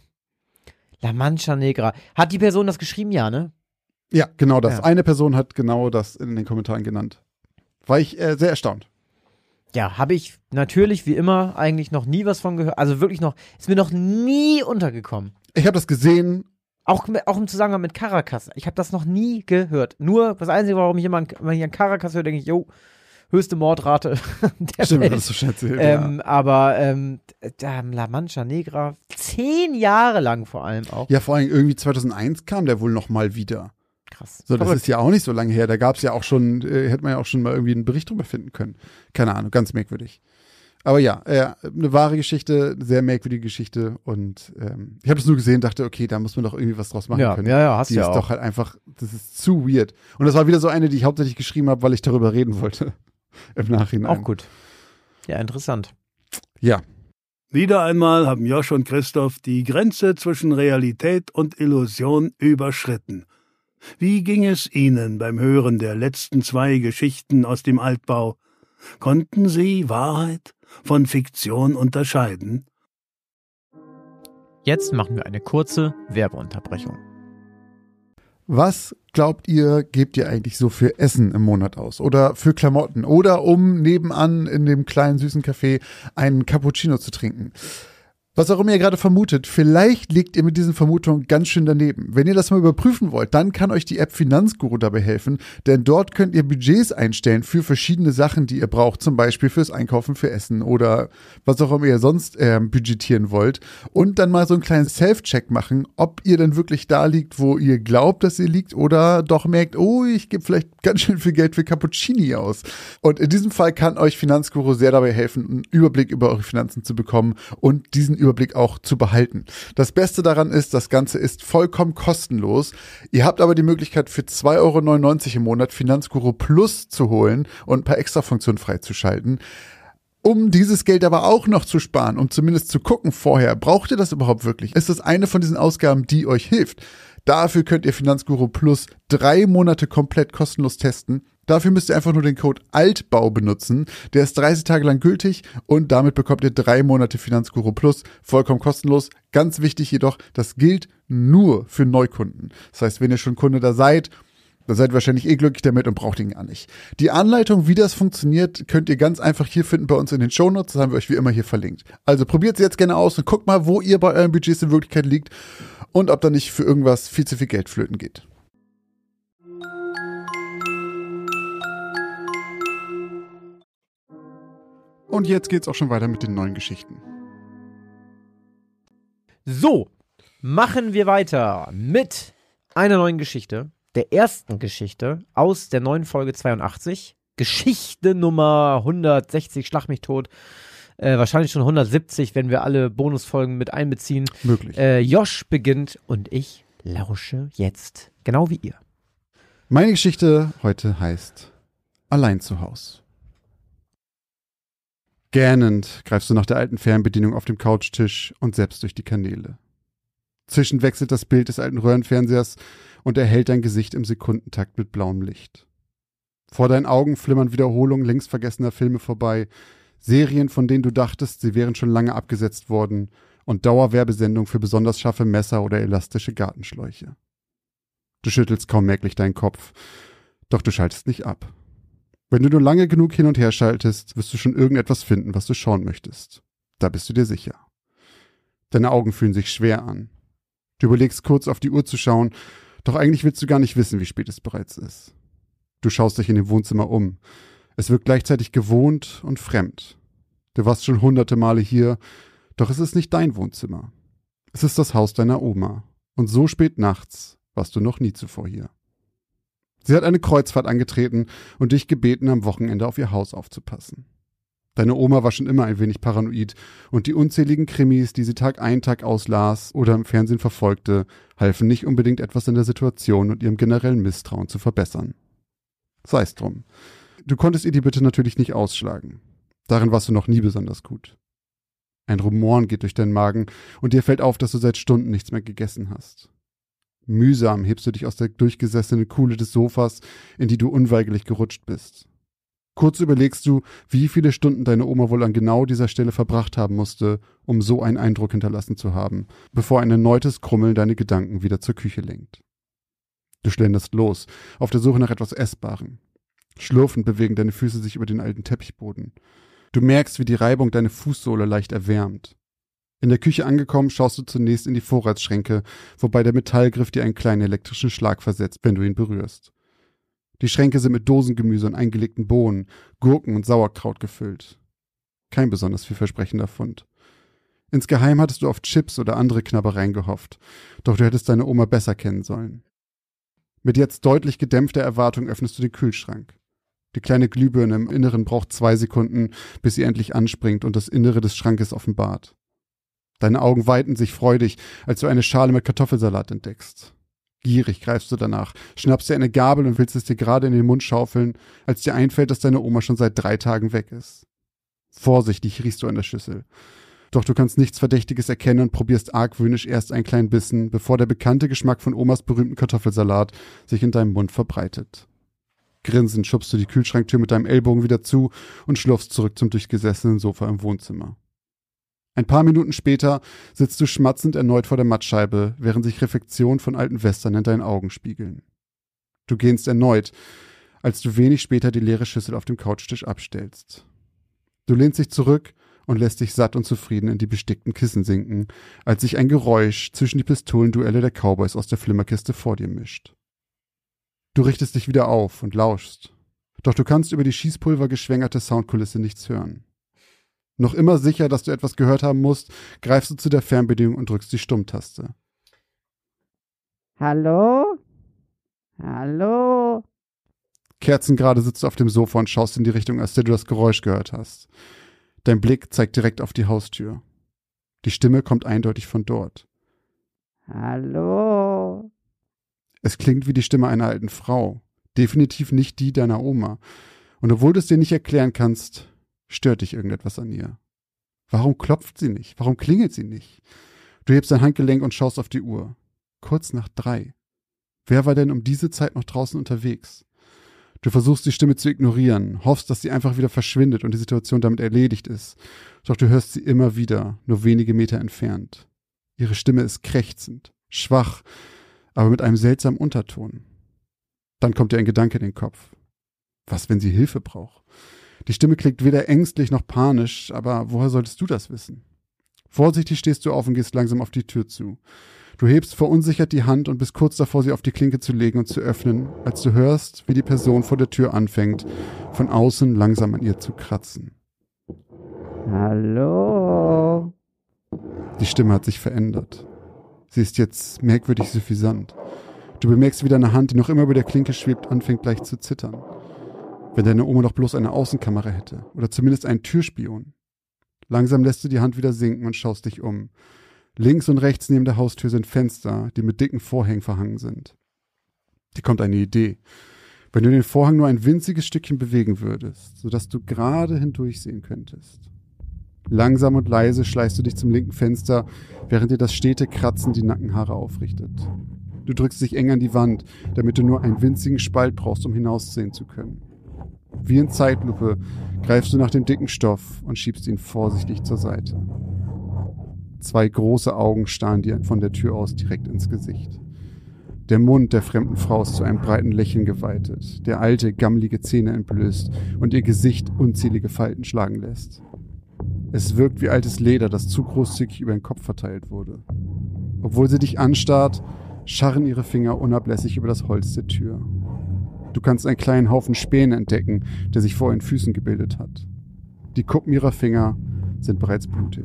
La Mancha Negra. Hat die Person das geschrieben? Ja, ne? Ja, genau das. Ja. Eine Person hat genau das in den Kommentaren genannt. War ich äh, sehr erstaunt. Ja, habe ich natürlich wie immer eigentlich noch nie was von gehört. Also wirklich noch, ist mir noch nie untergekommen. Ich habe das gesehen. Auch, auch im Zusammenhang mit Caracas. Ich habe das noch nie gehört. Nur das Einzige, warum ich immer, wenn ich an Caracas höre, denke ich, jo, höchste Mordrate der Stimmt, Welt. das ist so schön erzählt. Ähm, aber ähm, da, La Mancha Negra, zehn Jahre lang vor allem auch. ja. ja, vor allem irgendwie zweitausendeins kam der wohl noch mal wieder. Krass. So, das Verrückt. ist ja auch nicht so lange her. Da gab es ja auch schon, äh, hätte man ja auch schon mal irgendwie einen Bericht drüber finden können. Keine Ahnung, ganz merkwürdig. Aber ja, äh, eine wahre Geschichte, sehr merkwürdige Geschichte. Und ähm, ich habe das nur gesehen, dachte, okay, da muss man doch irgendwie was draus machen ja, können. ja, ja, hast Die du ist ja auch. doch halt einfach, das ist zu weird. Und das war wieder so eine, die ich hauptsächlich geschrieben habe, weil ich darüber reden wollte. Im Nachhinein. Auch gut. Ja, interessant. Ja. Wieder einmal haben Josh und Christoph die Grenze zwischen Realität und Illusion überschritten. Wie ging es Ihnen beim Hören der letzten zwei Geschichten aus dem Altbau? Konnten Sie Wahrheit von Fiktion unterscheiden? Jetzt machen wir eine kurze Werbeunterbrechung. Was glaubt ihr, gebt ihr eigentlich so für Essen im Monat aus? Oder für Klamotten? Oder um nebenan in dem kleinen süßen Café einen Cappuccino zu trinken? Was auch immer ihr gerade vermutet, vielleicht liegt ihr mit diesen Vermutungen ganz schön daneben. Wenn ihr das mal überprüfen wollt, dann kann euch die App Finanzguru dabei helfen, denn dort könnt ihr Budgets einstellen für verschiedene Sachen, die ihr braucht, zum Beispiel fürs Einkaufen, für Essen oder was auch immer ihr sonst äh, budgetieren wollt und dann mal so einen kleinen Self-Check machen, ob ihr denn wirklich da liegt, wo ihr glaubt, dass ihr liegt oder doch merkt, oh, ich gebe vielleicht ganz schön viel Geld für Cappuccini aus. Und in diesem Fall kann euch Finanzguru sehr dabei helfen, einen Überblick über eure Finanzen zu bekommen und diesen Überblick auch zu behalten. Das Beste daran ist, das Ganze ist vollkommen kostenlos. Ihr habt aber die Möglichkeit für zwei Euro neunundneunzig im Monat Finanzguru Plus zu holen und ein paar Extrafunktionen freizuschalten. Um dieses Geld aber auch noch zu sparen, um zumindest zu gucken vorher, braucht ihr das überhaupt wirklich? Ist das eine von diesen Ausgaben, die euch hilft? Dafür könnt ihr Finanzguru Plus drei Monate komplett kostenlos testen. Dafür müsst ihr einfach nur den Code ALTBAU benutzen. Der ist dreißig Tage lang gültig und damit bekommt ihr drei Monate Finanzguru Plus vollkommen kostenlos. Ganz wichtig jedoch, das gilt nur für Neukunden. Das heißt, wenn ihr schon Kunde da seid, Da seid ihr wahrscheinlich eh glücklich damit und braucht ihn gar nicht. Die Anleitung, wie das funktioniert, könnt ihr ganz einfach hier finden bei uns in den Shownotes. Das haben wir euch wie immer hier verlinkt. Also probiert es jetzt gerne aus und guckt mal, wo ihr bei euren Budgets in Wirklichkeit liegt und ob da nicht für irgendwas viel zu viel Geld flöten geht. Und jetzt geht's auch schon weiter mit den neuen Geschichten. So, machen wir weiter mit einer neuen Geschichte. Der ersten Geschichte aus der neuen Folge zweiundachtzig. Geschichte Nummer hundertsechzig, Schlag mich tot. Äh, wahrscheinlich schon hundertsiebzig, wenn wir alle Bonusfolgen mit einbeziehen. Möglich. Äh, Josh beginnt und ich lausche jetzt, genau wie ihr. Meine Geschichte heute heißt Allein zu Haus. Gähnend greifst du nach der alten Fernbedienung auf dem Couchtisch und selbst durch die Kanäle. Zischend wechselt das Bild des alten Röhrenfernsehers und erhellt dein Gesicht im Sekundentakt mit blauem Licht. Vor deinen Augen flimmern Wiederholungen längst vergessener Filme vorbei, Serien, von denen du dachtest, sie wären schon lange abgesetzt worden, und Dauerwerbesendungen für besonders scharfe Messer oder elastische Gartenschläuche. Du schüttelst kaum merklich deinen Kopf, doch du schaltest nicht ab. Wenn du nur lange genug hin und her schaltest, wirst du schon irgendetwas finden, was du schauen möchtest. Da bist du dir sicher. Deine Augen fühlen sich schwer an. Du überlegst kurz, auf die Uhr zu schauen, doch eigentlich willst du gar nicht wissen, wie spät es bereits ist. Du schaust dich in dem Wohnzimmer um. Es wirkt gleichzeitig gewohnt und fremd. Du warst schon hunderte Male hier, doch es ist nicht dein Wohnzimmer. Es ist das Haus deiner Oma. Und so spät nachts warst du noch nie zuvor hier. Sie hat eine Kreuzfahrt angetreten und dich gebeten, am Wochenende auf ihr Haus aufzupassen. Deine Oma war schon immer ein wenig paranoid und die unzähligen Krimis, die sie Tag ein, Tag aus las oder im Fernsehen verfolgte, halfen nicht unbedingt etwas in der Situation und ihrem generellen Misstrauen zu verbessern. Sei's drum. Du konntest ihr die Bitte natürlich nicht ausschlagen. Darin warst du noch nie besonders gut. Ein Rumoren geht durch deinen Magen und dir fällt auf, dass du seit Stunden nichts mehr gegessen hast. Mühsam hebst du dich aus der durchgesessenen Kuhle des Sofas, in die du unweigerlich gerutscht bist. Kurz überlegst du, wie viele Stunden deine Oma wohl an genau dieser Stelle verbracht haben musste, um so einen Eindruck hinterlassen zu haben, bevor ein erneutes Krummeln deine Gedanken wieder zur Küche lenkt. Du schlenderst los, auf der Suche nach etwas Essbarem. Schlurfend bewegen deine Füße sich über den alten Teppichboden. Du merkst, wie die Reibung deine Fußsohle leicht erwärmt. In der Küche angekommen, schaust du zunächst in die Vorratsschränke, wobei der Metallgriff dir einen kleinen elektrischen Schlag versetzt, wenn du ihn berührst. Die Schränke sind mit Dosengemüse und eingelegten Bohnen, Gurken und Sauerkraut gefüllt. Kein besonders vielversprechender Fund. Insgeheim hattest du auf Chips oder andere Knabbereien gehofft, doch du hättest deine Oma besser kennen sollen. Mit jetzt deutlich gedämpfter Erwartung öffnest du den Kühlschrank. Die kleine Glühbirne im Inneren braucht zwei Sekunden, bis sie endlich anspringt und das Innere des Schrankes offenbart. Deine Augen weiten sich freudig, als du eine Schale mit Kartoffelsalat entdeckst. Gierig greifst du danach, schnappst dir eine Gabel und willst es dir gerade in den Mund schaufeln, als dir einfällt, dass deine Oma schon seit drei Tagen weg ist. Vorsichtig riechst du an der Schüssel. Doch du kannst nichts Verdächtiges erkennen und probierst argwöhnisch erst einen kleinen Bissen, bevor der bekannte Geschmack von Omas berühmten Kartoffelsalat sich in deinem Mund verbreitet. Grinsend schubst du die Kühlschranktür mit deinem Ellbogen wieder zu und schlurfst zurück zum durchgesessenen Sofa im Wohnzimmer. Ein paar Minuten später sitzt du schmatzend erneut vor der Mattscheibe, während sich Reflexionen von alten Western in deinen Augen spiegeln. Du gähnst erneut, als du wenig später die leere Schüssel auf dem Couchtisch abstellst. Du lehnst dich zurück und lässt dich satt und zufrieden in die bestickten Kissen sinken, als sich ein Geräusch zwischen die Pistolenduelle der Cowboys aus der Flimmerkiste vor dir mischt. Du richtest dich wieder auf und lauschst, doch du kannst über die schießpulvergeschwängerte Soundkulisse nichts hören. Noch immer sicher, dass du etwas gehört haben musst, greifst du zu der Fernbedienung und drückst die Stummtaste. Hallo? Hallo? Kerzengerade sitzt du auf dem Sofa und schaust in die Richtung, als du das Geräusch gehört hast. Dein Blick zeigt direkt auf die Haustür. Die Stimme kommt eindeutig von dort. Hallo? Es klingt wie die Stimme einer alten Frau. Definitiv nicht die deiner Oma. Und obwohl du es dir nicht erklären kannst, stört dich irgendetwas an ihr. Warum klopft sie nicht? Warum klingelt sie nicht? Du hebst dein Handgelenk und schaust auf die Uhr. Kurz nach drei. Wer war denn um diese Zeit noch draußen unterwegs? Du versuchst die Stimme zu ignorieren, hoffst, dass sie einfach wieder verschwindet und die Situation damit erledigt ist. Doch du hörst sie immer wieder, nur wenige Meter entfernt. Ihre Stimme ist krächzend, schwach, aber mit einem seltsamen Unterton. Dann kommt dir ein Gedanke in den Kopf. Was, wenn sie Hilfe braucht? Die Stimme klingt weder ängstlich noch panisch, aber woher solltest du das wissen? Vorsichtig stehst du auf und gehst langsam auf die Tür zu. Du hebst verunsichert die Hand und bist kurz davor, sie auf die Klinke zu legen und zu öffnen, als du hörst, wie die Person vor der Tür anfängt, von außen langsam an ihr zu kratzen. Hallo? Die Stimme hat sich verändert. Sie ist jetzt merkwürdig suffisant. Du bemerkst, wie deine Hand, die noch immer über der Klinke schwebt, anfängt leicht zu zittern. Wenn deine Oma doch bloß eine Außenkamera hätte oder zumindest einen Türspion. Langsam lässt du die Hand wieder sinken und schaust dich um. Links und rechts neben der Haustür sind Fenster, die mit dicken Vorhängen verhangen sind. Dir kommt eine Idee. Wenn du den Vorhang nur ein winziges Stückchen bewegen würdest, sodass du gerade hindurchsehen könntest. Langsam und leise schleichst du dich zum linken Fenster, während dir das stete Kratzen die Nackenhaare aufrichtet. Du drückst dich eng an die Wand, damit du nur einen winzigen Spalt brauchst, um hinaussehen zu können. Wie in Zeitlupe greifst du nach dem dicken Stoff und schiebst ihn vorsichtig zur Seite. Zwei große Augen starren dir von der Tür aus direkt ins Gesicht. Der Mund der fremden Frau ist zu einem breiten Lächeln geweitet, der alte, gammelige Zähne entblößt und ihr Gesicht unzählige Falten schlagen lässt. Es wirkt wie altes Leder, das zu großzügig über den Kopf verteilt wurde. Obwohl sie dich anstarrt, scharren ihre Finger unablässig über das Holz der Tür. Du kannst einen kleinen Haufen Späne entdecken, der sich vor ihren Füßen gebildet hat. Die Kuppen ihrer Finger sind bereits blutig.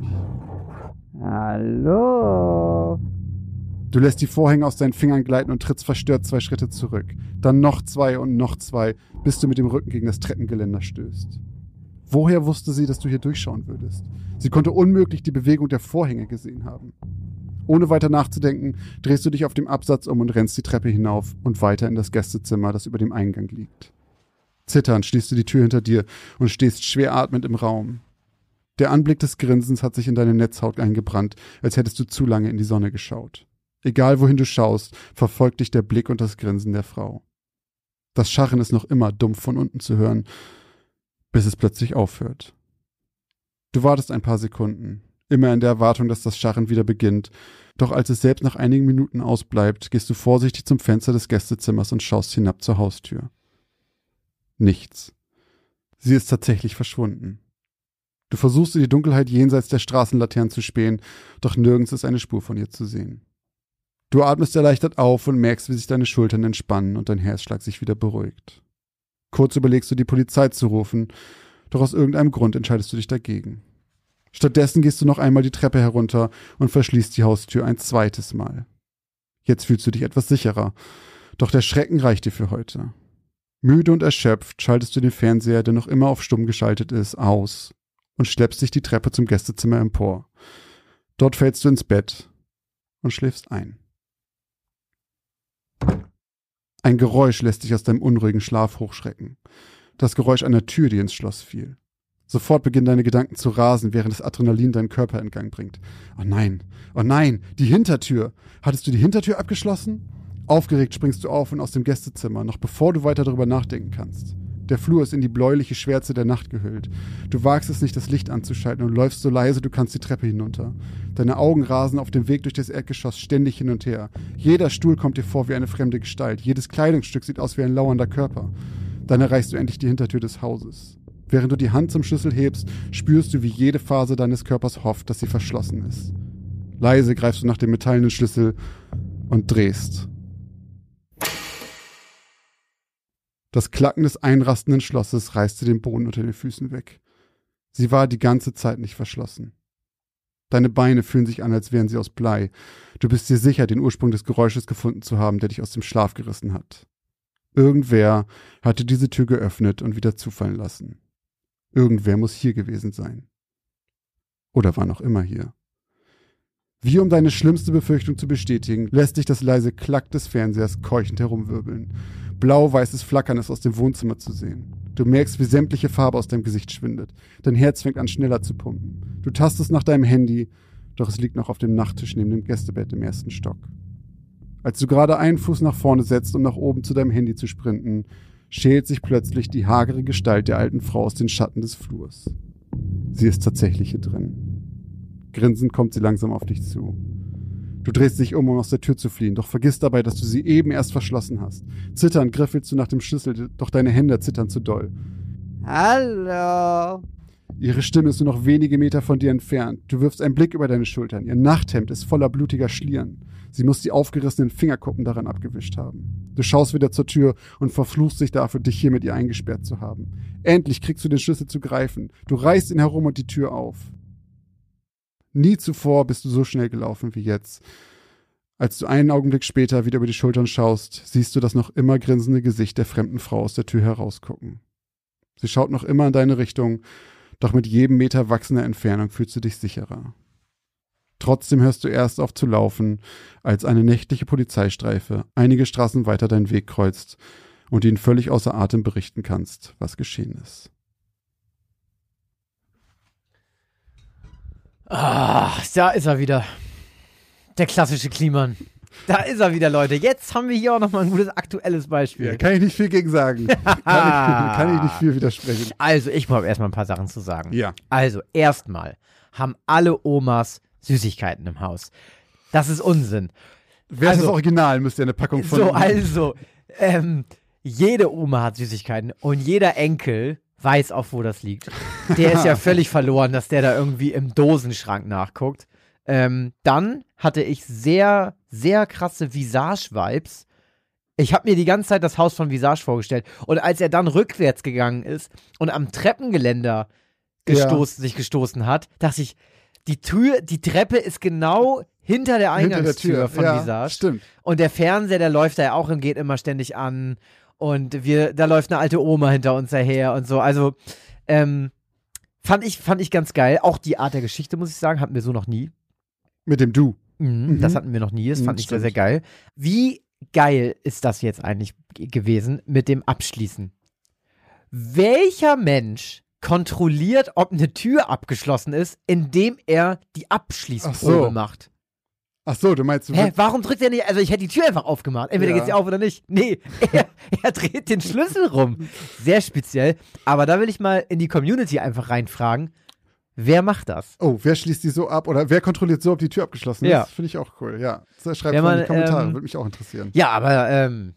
Hallo? Du lässt die Vorhänge aus deinen Fingern gleiten und trittst verstört zwei Schritte zurück. Dann noch zwei und noch zwei, bis du mit dem Rücken gegen das Treppengeländer stößt. Woher wusste sie, dass du hier durchschauen würdest? Sie konnte unmöglich die Bewegung der Vorhänge gesehen haben. Ohne weiter nachzudenken, drehst du dich auf dem Absatz um und rennst die Treppe hinauf und weiter in das Gästezimmer, das über dem Eingang liegt. Zitternd schließt du die Tür hinter dir und stehst schwer atmend im Raum. Der Anblick des Grinsens hat sich in deine Netzhaut eingebrannt, als hättest du zu lange in die Sonne geschaut. Egal wohin du schaust, verfolgt dich der Blick und das Grinsen der Frau. Das Scharren ist noch immer dumpf von unten zu hören, bis es plötzlich aufhört. Du wartest ein paar Sekunden, immer in der Erwartung, dass das Scharren wieder beginnt, doch als es selbst nach einigen Minuten ausbleibt, gehst du vorsichtig zum Fenster des Gästezimmers und schaust hinab zur Haustür. Nichts. Sie ist tatsächlich verschwunden. Du versuchst in die Dunkelheit jenseits der Straßenlaternen zu spähen, doch nirgends ist eine Spur von ihr zu sehen. Du atmest erleichtert auf und merkst, wie sich deine Schultern entspannen und dein Herzschlag sich wieder beruhigt. Kurz überlegst du, die Polizei zu rufen, doch aus irgendeinem Grund entscheidest du dich dagegen. Stattdessen gehst du noch einmal die Treppe herunter und verschließt die Haustür ein zweites Mal. Jetzt fühlst du dich etwas sicherer, doch der Schrecken reicht dir für heute. Müde und erschöpft schaltest du den Fernseher, der noch immer auf stumm geschaltet ist, aus und schleppst dich die Treppe zum Gästezimmer empor. Dort fällst du ins Bett und schläfst ein. Ein Geräusch lässt dich aus deinem unruhigen Schlaf hochschrecken. Das Geräusch einer Tür, die ins Schloss fiel. Sofort beginnen deine Gedanken zu rasen, während das Adrenalin deinen Körper in Gang bringt. Oh nein, oh nein, die Hintertür. Hattest du die Hintertür abgeschlossen? Aufgeregt springst du auf und aus dem Gästezimmer, noch bevor du weiter darüber nachdenken kannst. Der Flur ist in die bläuliche Schwärze der Nacht gehüllt. Du wagst es nicht, das Licht anzuschalten und läufst so leise, du kannst die Treppe hinunter. Deine Augen rasen auf dem Weg durch das Erdgeschoss ständig hin und her. Jeder Stuhl kommt dir vor wie eine fremde Gestalt. Jedes Kleidungsstück sieht aus wie ein lauernder Körper. Dann erreichst du endlich die Hintertür des Hauses. Während du die Hand zum Schlüssel hebst, spürst du, wie jede Phase deines Körpers hofft, dass sie verschlossen ist. Leise greifst du nach dem metallenen Schlüssel und drehst. Das Klacken des einrastenden Schlosses reißte den Boden unter den Füßen weg. Sie war die ganze Zeit nicht verschlossen. Deine Beine fühlen sich an, als wären sie aus Blei. Du bist dir sicher, den Ursprung des Geräusches gefunden zu haben, der dich aus dem Schlaf gerissen hat. Irgendwer hatte diese Tür geöffnet und wieder zufallen lassen. Irgendwer muss hier gewesen sein. Oder war noch immer hier. Wie um deine schlimmste Befürchtung zu bestätigen, lässt dich das leise Klack des Fernsehers keuchend herumwirbeln. Blau-weißes Flackern ist aus dem Wohnzimmer zu sehen. Du merkst, wie sämtliche Farbe aus deinem Gesicht schwindet. Dein Herz fängt an, schneller zu pumpen. Du tastest nach deinem Handy, doch es liegt noch auf dem Nachttisch neben dem Gästebett im ersten Stock. Als du gerade einen Fuß nach vorne setzt, um nach oben zu deinem Handy zu sprinten, schält sich plötzlich die hagere Gestalt der alten Frau aus den Schatten des Flurs. Sie ist tatsächlich hier drin. Grinsend kommt sie langsam auf dich zu. Du drehst dich um, um aus der Tür zu fliehen, doch vergisst dabei, dass du sie eben erst verschlossen hast. Zitternd griffelst du nach dem Schlüssel, doch deine Hände zittern zu doll. Hallo. Ihre Stimme ist nur noch wenige Meter von dir entfernt. Du wirfst einen Blick über deine Schultern. Ihr Nachthemd ist voller blutiger Schlieren. Sie muss die aufgerissenen Fingerkuppen daran abgewischt haben. Du schaust wieder zur Tür und verfluchst dich dafür, dich hier mit ihr eingesperrt zu haben. Endlich kriegst du den Schlüssel zu greifen. Du reißt ihn herum und die Tür auf. Nie zuvor bist du so schnell gelaufen wie jetzt. Als du einen Augenblick später wieder über die Schultern schaust, siehst du das noch immer grinsende Gesicht der fremden Frau aus der Tür herausgucken. Sie schaut noch immer in deine Richtung, doch mit jedem Meter wachsender Entfernung fühlst du dich sicherer. Trotzdem hörst du erst auf zu laufen, als eine nächtliche Polizeistreife einige Straßen weiter deinen Weg kreuzt und ihnen völlig außer Atem berichten kannst, was geschehen ist. Ah, da ist er wieder. Der klassische Kliman. Da ist er wieder, Leute. Jetzt haben wir hier auch nochmal ein gutes aktuelles Beispiel. Ja, kann ich nicht viel gegen sagen. kann, ich, kann ich nicht viel widersprechen. Also, ich habe erstmal ein paar Sachen zu sagen. Ja. Also, erstmal haben alle Omas Süßigkeiten im Haus. Das ist Unsinn. Wer also, ist das Original? Müsst ihr eine Packung von... So, also, ähm, jede Oma hat Süßigkeiten und jeder Enkel weiß auch, wo das liegt. Der ist ja völlig verloren, dass der da irgendwie im Dosenschrank nachguckt. Ähm, dann hatte ich sehr, sehr krasse Visage-Vibes. Ich habe mir die ganze Zeit das Haus von Visage vorgestellt. Und als er dann rückwärts gegangen ist und am Treppengeländer gestoßen, ja. sich gestoßen hat, dachte ich, die Tür, die Treppe ist genau hinter der Eingangstür hinter der Tür. von ja, Visage. Stimmt. Und der Fernseher, der läuft da ja auch und geht immer ständig an. Und wir, da läuft eine alte Oma hinter uns daher und so. Also, ähm, fand ich, fand ich ganz geil. Auch die Art der Geschichte, muss ich sagen, hatten wir so noch nie. Mit dem Du. Mhm, Mhm. Das hatten wir noch nie. Das fand Mhm, ich sehr, stimmt. sehr geil. Wie geil ist das jetzt eigentlich g- gewesen mit dem Abschließen? Welcher Mensch kontrolliert, ob eine Tür abgeschlossen ist, indem er die Abschließprobe Ach so. macht? Ach so, du meinst... Du Hä, warum drückt er nicht? Also ich hätte die Tür einfach aufgemacht. Entweder Ja. geht sie auf oder nicht. Nee, er, er dreht den Schlüssel rum. Sehr speziell. Aber da will ich mal in die Community einfach reinfragen. Wer macht das? Oh, wer schließt die so ab? Oder wer kontrolliert so, ob die Tür abgeschlossen ist? Ja. Finde ich auch cool, ja. Das schreibt Wenn mal in man, die Kommentare, ähm, würde mich auch interessieren. Ja, aber, ähm,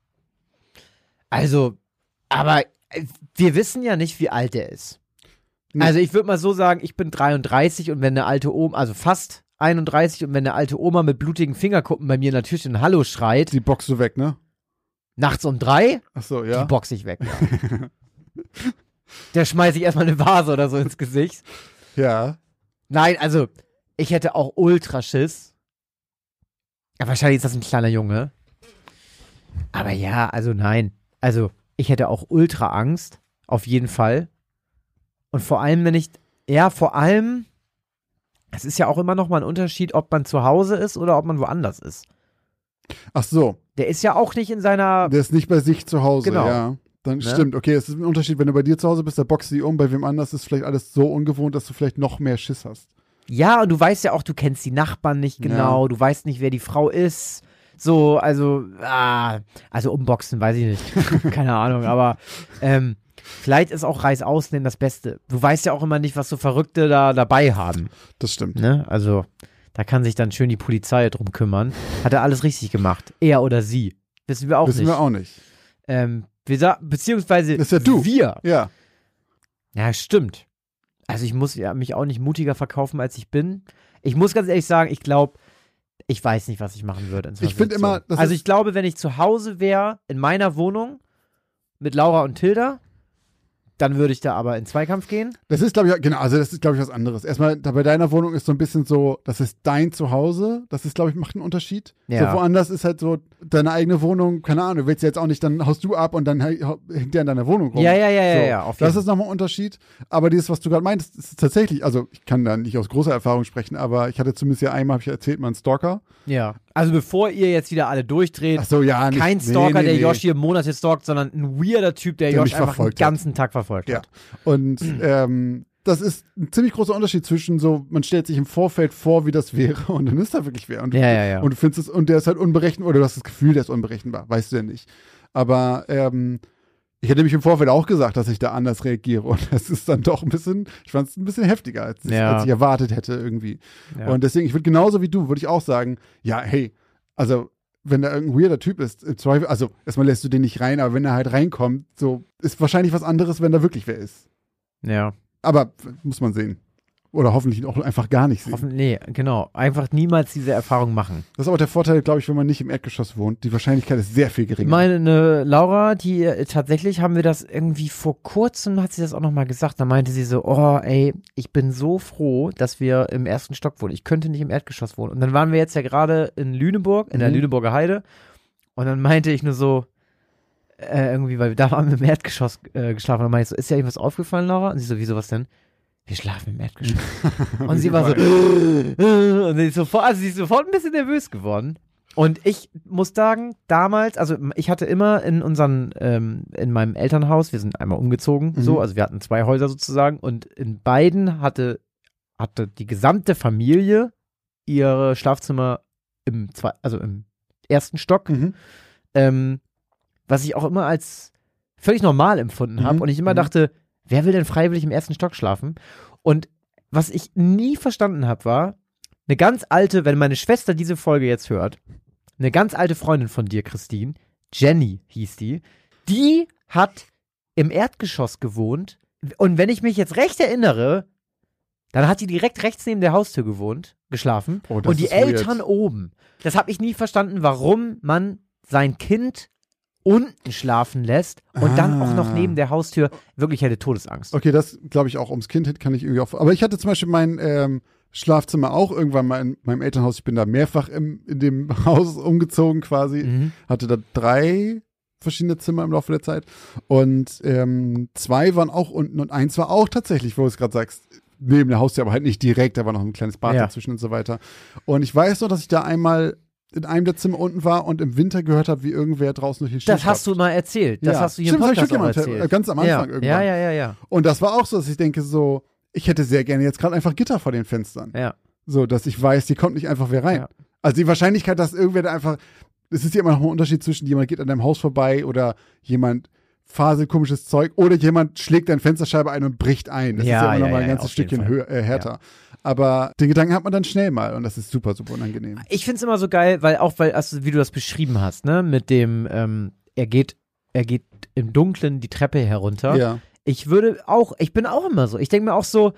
also, aber äh, wir wissen ja nicht, wie alt er ist. Nee. Also ich würde mal so sagen, ich bin dreiunddreißig und wenn eine alte Oma, also fast einunddreißig und wenn eine alte Oma mit blutigen Fingerkuppen bei mir in der Tür steht und Hallo schreit, Die boxst du weg, ne? nachts um drei, Ach so, die ja. box ich weg, ja. Der schmeiße ich erstmal eine Vase oder so ins Gesicht. Ja. Nein, also, ich hätte auch ultra Schiss. Ja, wahrscheinlich ist das ein kleiner Junge. Aber ja, also nein. Also, ich hätte auch ultra Angst. Auf jeden Fall. Und vor allem, wenn ich, ja, vor allem, es ist ja auch immer noch mal ein Unterschied, ob man zu Hause ist oder ob man woanders ist. Ach so, Der ist ja auch nicht in seiner, der ist nicht bei sich zu Hause, Genau. ja. Dann Ne? stimmt, okay, es ist ein Unterschied, wenn du bei dir zu Hause bist, da boxt du die um, bei wem anders ist vielleicht alles so ungewohnt, dass du vielleicht noch mehr Schiss hast. ja, und du weißt ja auch, du kennst die Nachbarn nicht genau, Ja. du weißt nicht, wer die Frau ist. So, also, ah, also umboxen, weiß ich nicht. Keine Ahnung, aber ähm, vielleicht ist auch Reiß ausnehmen das Beste. Du weißt ja auch immer nicht, was so Verrückte da dabei haben. Das stimmt. Ne? Also, da kann sich dann schön die Polizei drum kümmern. Hat er alles richtig gemacht? Er oder sie? Wissen wir auch Wissen nicht. wir auch nicht. Ähm, wir sa- beziehungsweise Das ist ja du. wir. Ja. Ja, stimmt. Also ich muss ja mich auch nicht mutiger verkaufen, als ich bin. Ich muss ganz ehrlich sagen, ich glaube, ich weiß nicht, was ich machen würde. In so einer Ich finde Situation. immer, das also ist- ich glaube, wenn ich zu Hause wäre, in meiner Wohnung, mit Laura und Tilda, dann würde ich da aber in Zweikampf gehen. Das ist, glaube ich, genau, also das ist, glaube ich, was anderes. Erstmal, da bei deiner Wohnung ist so ein bisschen so, das ist dein Zuhause, das ist, glaube ich, macht einen Unterschied. Ja. So woanders ist halt so, deine eigene Wohnung, keine Ahnung, du willst ja jetzt auch nicht, dann haust du ab und dann hängt der in deiner Wohnung rum. Ja, ja, ja, ja, so. ja, auf jeden Das ist nochmal ein Unterschied. Aber dieses, was du gerade meintest, ist tatsächlich, also ich kann da nicht aus großer Erfahrung sprechen, aber ich hatte zumindest ja einmal, habe ich ja erzählt, mal einen Stalker. Ja. Also bevor ihr jetzt wieder alle durchdreht, Ach so, ja, nicht. kein nee, Stalker, nee, der nee. Josh hier Monate stalkt, sondern ein weirder Typ, der, Der Josh mich einfach den verfolgt hat. ganzen Tag verfolgt Ja. hat. Und ähm, das ist ein ziemlich großer Unterschied zwischen so, man stellt sich im Vorfeld vor, wie das wäre und dann ist da wirklich wer. Und du, Ja, ja, ja. Und du findest es, und der ist halt unberechenbar, oder du hast das Gefühl, der ist unberechenbar, weißt du ja nicht. Aber ähm, Ich hätte mich im Vorfeld auch gesagt, dass ich da anders reagiere und es ist dann doch ein bisschen, ich fand es ein bisschen heftiger, als, Ja. als ich erwartet hätte irgendwie. Ja. Und deswegen, ich würde genauso wie du, würde ich auch sagen, ja, hey, also wenn da irgendein weirder Typ ist, im Zweifel, also erstmal lässt du den nicht rein, aber wenn er halt reinkommt, so ist wahrscheinlich was anderes, wenn da wirklich wer ist. Ja. Aber muss man sehen. Oder hoffentlich auch einfach gar nicht sehen. Hoffen, nee, genau. Einfach niemals diese Erfahrung machen. Das ist aber der Vorteil, glaube ich, wenn man nicht im Erdgeschoss wohnt. Die Wahrscheinlichkeit ist sehr viel geringer. Meine ne, Laura, die äh, tatsächlich haben wir das irgendwie vor kurzem, hat sie das auch nochmal gesagt, da meinte sie so, oh ey, ich bin so froh, dass wir im ersten Stock wohnen. Ich könnte nicht im Erdgeschoss wohnen. Und dann waren wir jetzt ja gerade in Lüneburg, in der Mhm. Lüneburger Heide. Und dann meinte ich nur so, äh, irgendwie, weil da haben wir im Erdgeschoss äh, geschlafen. Und dann meinte ich so, ist dir irgendwas aufgefallen, Laura? Und sie so, wieso, was denn? Wir schlafen im Erdgeschoss. Und sie war so, und sie ist sofort, also sie ist sofort ein bisschen nervös geworden. Und ich muss sagen, damals, also ich hatte immer in unseren, ähm, in meinem Elternhaus, wir sind einmal umgezogen, Mhm. so, also wir hatten zwei Häuser sozusagen und in beiden hatte, hatte die gesamte Familie ihre Schlafzimmer im zwei, also im ersten Stock, Mhm. ähm, was ich auch immer als völlig normal empfunden habe Mhm. und ich immer Mhm. dachte, wer will denn freiwillig im ersten Stock schlafen? Und was ich nie verstanden habe, war, eine ganz alte, wenn meine Schwester diese Folge jetzt hört, eine ganz alte Freundin von dir, Christine, Jenny hieß die, die hat im Erdgeschoss gewohnt und wenn ich mich jetzt recht erinnere, dann hat die direkt rechts neben der Haustür gewohnt, geschlafen Oh, das und die ist weird. Eltern oben. Das habe ich nie verstanden, warum man sein Kind unten schlafen lässt und dann auch noch Ah. neben der Haustür. Wirklich hätte Todesangst. Okay, das glaube ich auch ums Kind hin kann ich irgendwie auch. Aber ich hatte zum Beispiel mein ähm, Schlafzimmer auch irgendwann mal in meinem Elternhaus. Ich bin da mehrfach im, in dem Haus umgezogen quasi. Mhm. Hatte da drei verschiedene Zimmer im Laufe der Zeit. Und ähm, zwei waren auch unten und eins war auch tatsächlich, wo du es gerade sagst, neben der Haustür, aber halt nicht direkt. Da war noch ein kleines Bad Ja. dazwischen und so weiter. Und ich weiß noch, dass ich da einmal in einem der Zimmer unten war und im Winter gehört habe, wie irgendwer draußen durch den Schnee Das hast du mal erzählt. Das Ja. hast du hier im Stimmt, das hab ich Podcast schon auch mal erzählt. erzählt. Ganz am Anfang ja. irgendwann. Ja, ja, ja, ja. Und das war auch so, dass ich denke so, ich hätte sehr gerne jetzt gerade einfach Gitter vor den Fenstern. Ja. So, dass ich weiß, hier kommt nicht einfach wer rein. Ja. Also die Wahrscheinlichkeit, dass irgendwer da einfach, es ist ja immer noch ein Unterschied zwischen jemand geht an deinem Haus vorbei oder jemand faselt komisches Zeug oder jemand schlägt deine Fensterscheibe ein und bricht ein. Das Ja, ist ja immer ja, noch mal ein ja, ganzes auf jeden Stückchen Fall. höher, äh, härter. Aber den Gedanken hat man dann schnell mal und das ist super, super unangenehm. Ich finde es immer so geil, weil auch, weil, also, wie du das beschrieben hast, ne, mit dem, ähm, er geht, er geht im Dunkeln die Treppe herunter. Ja. Ich würde auch, ich bin auch immer so. Ich denke mir auch so,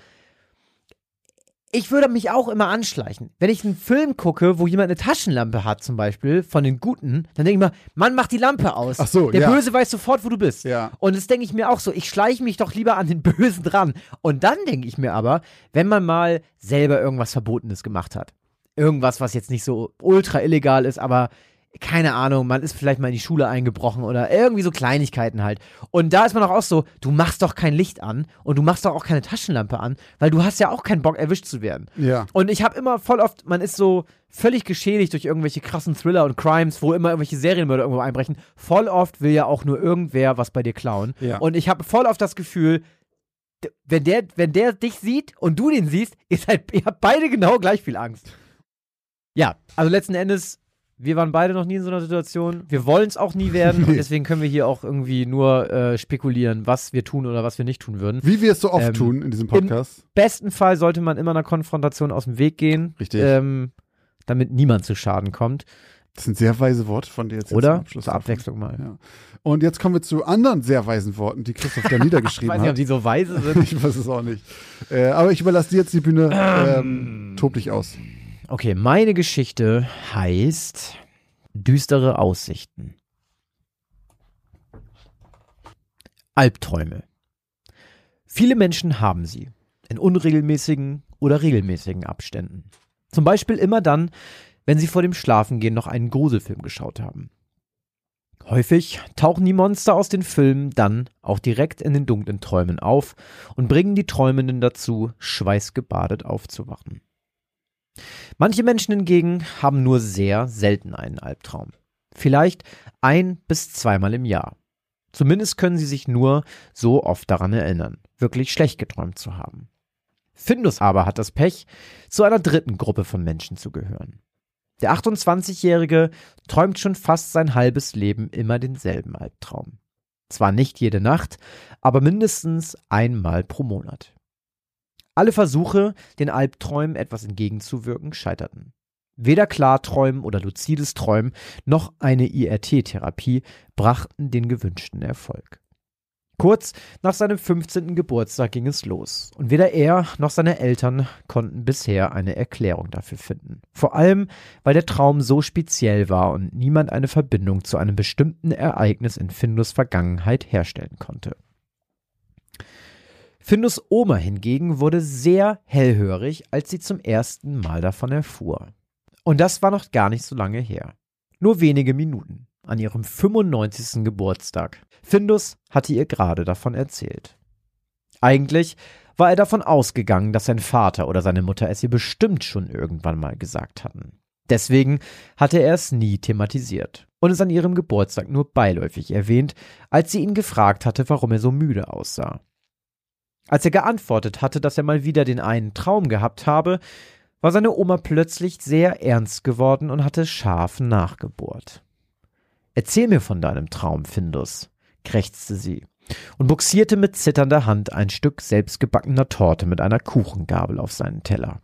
ich würde mich auch immer anschleichen. Wenn ich einen Film gucke, wo jemand eine Taschenlampe hat, zum Beispiel, von den Guten, dann denke ich mir, Mann, mach die Lampe aus. Ach so, Der ja. Böse weiß sofort, wo du bist. Ja. Und das denke ich mir auch so, ich schleiche mich doch lieber an den Bösen dran. Und dann denke ich mir aber, wenn man mal selber irgendwas Verbotenes gemacht hat, irgendwas, was jetzt nicht so ultra illegal ist, aber keine Ahnung, man ist vielleicht mal in die Schule eingebrochen oder irgendwie so Kleinigkeiten halt. Und da ist man doch auch so, du machst doch kein Licht an und du machst doch auch keine Taschenlampe an, weil du hast ja auch keinen Bock, erwischt zu werden. Ja. Und ich habe immer voll oft, man ist so völlig geschädigt durch irgendwelche krassen Thriller und Crimes, wo immer irgendwelche Serienmörder irgendwo einbrechen. Voll oft will ja auch nur irgendwer was bei dir klauen. Ja. Und ich habe voll oft das Gefühl, d- wenn der, wenn der dich sieht und du den siehst, ihr, seid, ihr habt beide genau gleich viel Angst. Ja, also letzten Endes, wir waren beide noch nie in so einer Situation. Wir wollen es auch nie werden und Nee. deswegen können wir hier auch irgendwie nur äh, spekulieren, was wir tun oder was wir nicht tun würden. Wie wir es so oft Ähm, tun in diesem Podcast. Besten Fall sollte man immer einer Konfrontation aus dem Weg gehen. Richtig. Ähm, damit niemand zu Schaden kommt. Das sind sehr weise Worte von dir jetzt. Oder? Zum Abschluss Zur davon. Abwechslung mal. Ja. Und jetzt kommen wir zu anderen sehr weisen Worten, die Christoph da Ich niedergeschrieben weiß nicht, ob hat. die so weise sind. Ich weiß es auch nicht. Äh, aber ich überlasse dir jetzt die Bühne. Ähm, tob dich aus. Okay, meine Geschichte heißt Düstere Aussichten. Albträume. Viele Menschen haben sie. In unregelmäßigen oder regelmäßigen Abständen. Zum Beispiel immer dann, wenn sie vor dem Schlafengehen noch einen Gruselfilm geschaut haben. Häufig tauchen die Monster aus den Filmen dann auch direkt in den dunklen Träumen auf und bringen die Träumenden dazu, schweißgebadet aufzuwachen. Manche Menschen hingegen haben nur sehr selten einen Albtraum. Vielleicht ein- bis zweimal im Jahr. Zumindest können sie sich nur so oft daran erinnern, wirklich schlecht geträumt zu haben. Findus aber hat das Pech, zu einer dritten Gruppe von Menschen zu gehören. Der achtundzwanzigjährige träumt schon fast sein halbes Leben immer denselben Albtraum. Zwar nicht jede Nacht, aber mindestens einmal pro Monat. Alle Versuche, den Albträumen etwas entgegenzuwirken, scheiterten. Weder Klarträumen oder luzides Träumen noch eine I R T-Therapie brachten den gewünschten Erfolg. Kurz nach seinem fünfzehnten Geburtstag ging es los und weder er noch seine Eltern konnten bisher eine Erklärung dafür finden. Vor allem, weil der Traum so speziell war und niemand eine Verbindung zu einem bestimmten Ereignis in Findus Vergangenheit herstellen konnte. Findus Oma hingegen wurde sehr hellhörig, als sie zum ersten Mal davon erfuhr. Und das war noch gar nicht so lange her. Nur wenige Minuten. An ihrem fünfundneunzigsten Geburtstag. Findus hatte ihr gerade davon erzählt. Eigentlich war er davon ausgegangen, dass sein Vater oder seine Mutter es ihr bestimmt schon irgendwann mal gesagt hatten. Deswegen hatte er es nie thematisiert und es an ihrem Geburtstag nur beiläufig erwähnt, als sie ihn gefragt hatte, warum er so müde aussah. Als er geantwortet hatte, dass er mal wieder den einen Traum gehabt habe, war seine Oma plötzlich sehr ernst geworden und hatte scharf nachgebohrt. »Erzähl mir von deinem Traum, Findus«, krächzte sie und buxierte mit zitternder Hand ein Stück selbstgebackener Torte mit einer Kuchengabel auf seinen Teller.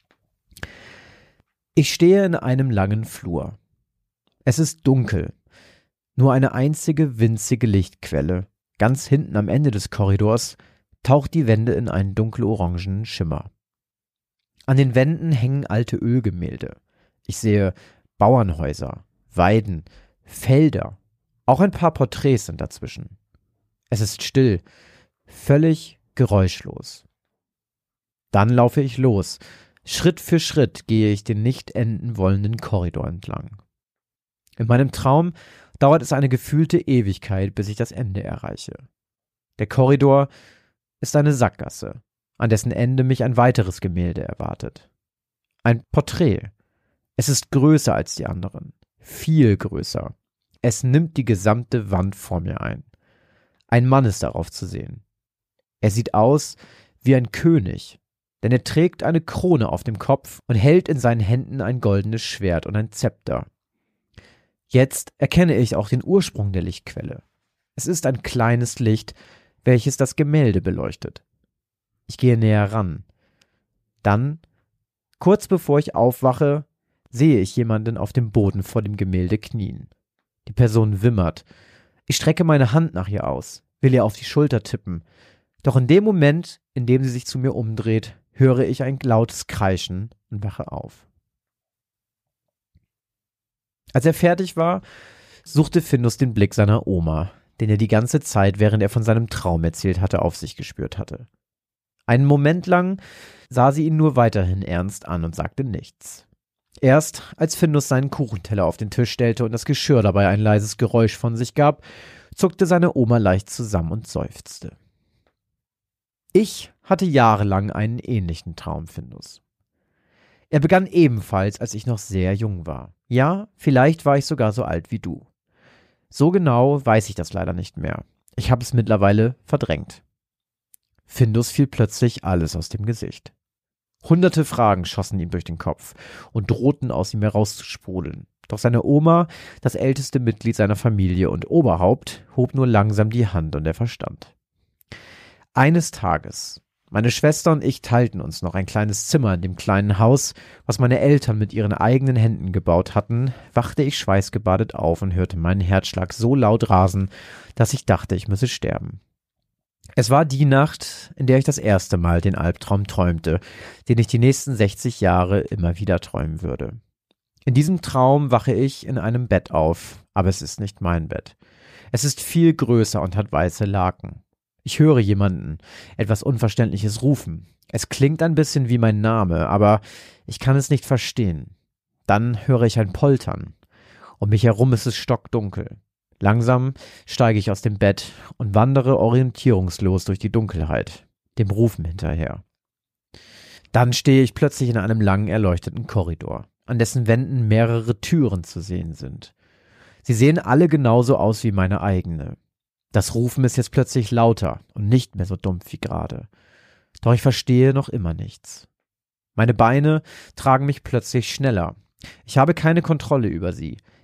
Ich stehe in einem langen Flur. Es ist dunkel. Nur eine einzige winzige Lichtquelle, ganz hinten am Ende des Korridors, taucht die Wände in einen dunkelorangenen Schimmer. An den Wänden hängen alte Ölgemälde. Ich sehe Bauernhäuser, Weiden, Felder, auch ein paar Porträts sind dazwischen. Es ist still, völlig geräuschlos. Dann laufe ich los. Schritt für Schritt gehe ich den nicht enden wollenden Korridor entlang. In meinem Traum dauert es eine gefühlte Ewigkeit, bis ich das Ende erreiche. Der Korridor ist eine Sackgasse, an dessen Ende mich ein weiteres Gemälde erwartet. Ein Porträt. Es ist größer als die anderen. Viel größer. Es nimmt die gesamte Wand vor mir ein. Ein Mann ist darauf zu sehen. Er sieht aus wie ein König, denn er trägt eine Krone auf dem Kopf und hält in seinen Händen ein goldenes Schwert und ein Zepter. Jetzt erkenne ich auch den Ursprung der Lichtquelle. Es ist ein kleines Licht, welches das Gemälde beleuchtet. Ich gehe näher ran. Dann, kurz bevor ich aufwache, sehe ich jemanden auf dem Boden vor dem Gemälde knien. Die Person wimmert. Ich strecke meine Hand nach ihr aus, will ihr auf die Schulter tippen. Doch in dem Moment, in dem sie sich zu mir umdreht, höre ich ein lautes Kreischen und wache auf. Als er fertig war, suchte Findus den Blick seiner Oma, den er die ganze Zeit, während er von seinem Traum erzählt hatte, auf sich gespürt hatte. Einen Moment lang sah sie ihn nur weiterhin ernst an und sagte nichts. Erst als Findus seinen Kuchenteller auf den Tisch stellte und das Geschirr dabei ein leises Geräusch von sich gab, zuckte seine Oma leicht zusammen und seufzte. Ich hatte jahrelang einen ähnlichen Traum, Findus. Er begann ebenfalls, als ich noch sehr jung war. Ja, vielleicht war ich sogar so alt wie du. So genau weiß ich das leider nicht mehr. Ich habe es mittlerweile verdrängt. Findus fiel plötzlich alles aus dem Gesicht. Hunderte Fragen schossen ihm durch den Kopf und drohten aus ihm herauszusprudeln. Doch seine Oma, das älteste Mitglied seiner Familie und Oberhaupt, hob nur langsam die Hand und er verstand. Eines Tages, meine Schwester und ich teilten uns noch ein kleines Zimmer in dem kleinen Haus, was meine Eltern mit ihren eigenen Händen gebaut hatten, wachte ich schweißgebadet auf und hörte meinen Herzschlag so laut rasen, dass ich dachte, ich müsse sterben. Es war die Nacht, in der ich das erste Mal den Albtraum träumte, den ich die nächsten sechzig Jahre immer wieder träumen würde. In diesem Traum wache ich in einem Bett auf, aber es ist nicht mein Bett. Es ist viel größer und hat weiße Laken. Ich höre jemanden, etwas Unverständliches rufen. Es klingt ein bisschen wie mein Name, aber ich kann es nicht verstehen. Dann höre ich ein Poltern. Um mich herum ist es stockdunkel. Langsam steige ich aus dem Bett und wandere orientierungslos durch die Dunkelheit, dem Rufen hinterher. Dann stehe ich plötzlich in einem langen, erleuchteten Korridor, an dessen Wänden mehrere Türen zu sehen sind. Sie sehen alle genauso aus wie meine eigene. Das Rufen ist jetzt plötzlich lauter und nicht mehr so dumpf wie gerade. Doch ich verstehe noch immer nichts. Meine Beine tragen mich plötzlich schneller. Ich habe keine Kontrolle über sie.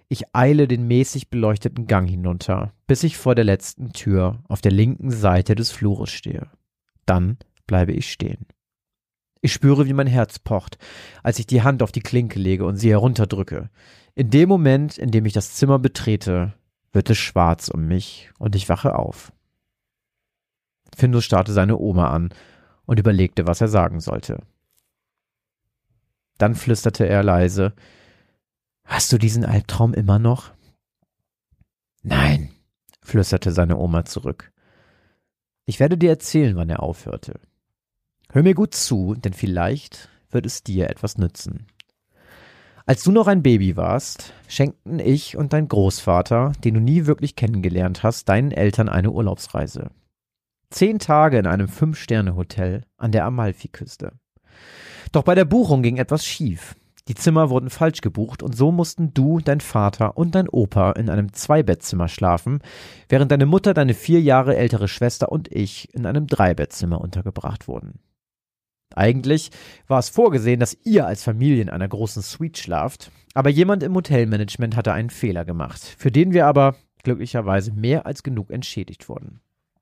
Ich eile den mäßig beleuchteten Gang hinunter, bis ich vor der letzten Tür auf der linken Seite des Flures stehe. Dann bleibe ich stehen. Ich spüre, wie mein Herz pocht, als ich die Hand auf die Klinke lege und sie herunterdrücke. In dem Moment, in dem ich das Zimmer betrete, wird es schwarz um mich und ich wache auf. Findus starrte seine Oma an und überlegte, was er sagen sollte. Dann flüsterte er leise: »Hast du diesen Albtraum immer noch?« »Nein«, flüsterte seine Oma zurück. »Ich werde dir erzählen, wann er aufhörte. Hör mir gut zu, denn vielleicht wird es dir etwas nützen. Als du noch ein Baby warst, schenkten ich und dein Großvater, den du nie wirklich kennengelernt hast, deinen Eltern eine Urlaubsreise. Zehn Tage in einem Fünf-Sterne-Hotel an der Amalfiküste. Doch bei der Buchung ging etwas schief. Die Zimmer wurden falsch gebucht und so mussten du, dein Vater und dein Opa in einem Zweibettzimmer schlafen, während deine Mutter, deine vier Jahre ältere Schwester und ich in einem Dreibettzimmer untergebracht wurden. Eigentlich war es vorgesehen, dass ihr als Familie in einer großen Suite schlaft, aber jemand im Hotelmanagement hatte einen Fehler gemacht, für den wir aber glücklicherweise mehr als genug entschädigt wurden.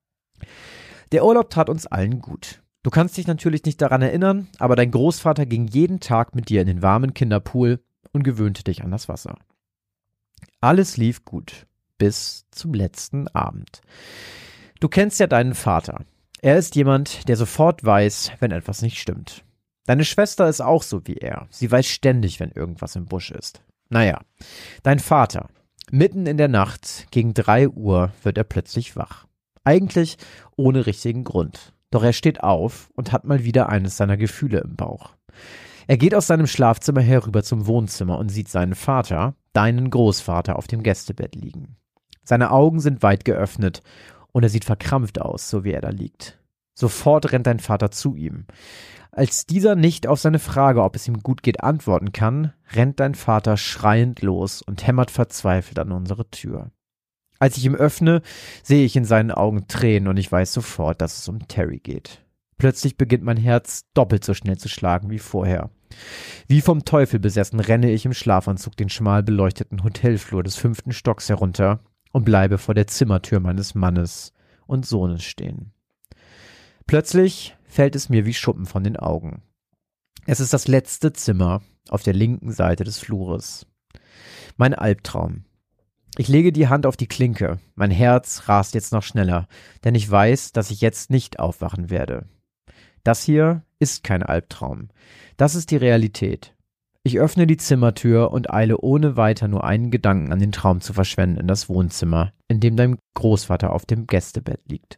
Der Urlaub tat uns allen gut. Du kannst dich natürlich nicht daran erinnern, aber dein Großvater ging jeden Tag mit dir in den warmen Kinderpool und gewöhnte dich an das Wasser. Alles lief gut, bis zum letzten Abend. Du kennst ja deinen Vater. Er ist jemand, der sofort weiß, wenn etwas nicht stimmt. Deine Schwester ist auch so wie er. Sie weiß ständig, wenn irgendwas im Busch ist. Naja, dein Vater. Mitten in der Nacht, gegen drei Uhr, wird er plötzlich wach. Eigentlich ohne richtigen Grund. Doch er steht auf und hat mal wieder eines seiner Gefühle im Bauch. Er geht aus seinem Schlafzimmer herüber zum Wohnzimmer und sieht seinen Vater, deinen Großvater, auf dem Gästebett liegen. Seine Augen sind weit geöffnet und er sieht verkrampft aus, so wie er da liegt. Sofort rennt dein Vater zu ihm. Als dieser nicht auf seine Frage, ob es ihm gut geht, antworten kann, rennt dein Vater schreiend los und hämmert verzweifelt an unsere Tür. Als ich ihm öffne, sehe ich in seinen Augen Tränen und ich weiß sofort, dass es um Terry geht. Plötzlich beginnt mein Herz doppelt so schnell zu schlagen wie vorher. Wie vom Teufel besessen renne ich im Schlafanzug den schmal beleuchteten Hotelflur des fünften Stocks herunter und bleibe vor der Zimmertür meines Mannes und Sohnes stehen. Plötzlich fällt es mir wie Schuppen von den Augen. Es ist das letzte Zimmer auf der linken Seite des Flures. Mein Albtraum. Ich lege die Hand auf die Klinke. Mein Herz rast jetzt noch schneller, denn ich weiß, dass ich jetzt nicht aufwachen werde. Das hier ist kein Albtraum. Das ist die Realität. Ich öffne die Zimmertür und eile ohne weiter nur einen Gedanken an den Traum zu verschwenden in das Wohnzimmer, in dem dein Großvater auf dem Gästebett liegt.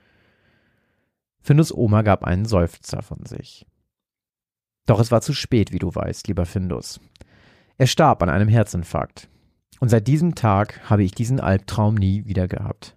Findus Oma gab einen Seufzer von sich. Doch es war zu spät, wie du weißt, lieber Findus. Er starb an einem Herzinfarkt. Und seit diesem Tag habe ich diesen Albtraum nie wieder gehabt.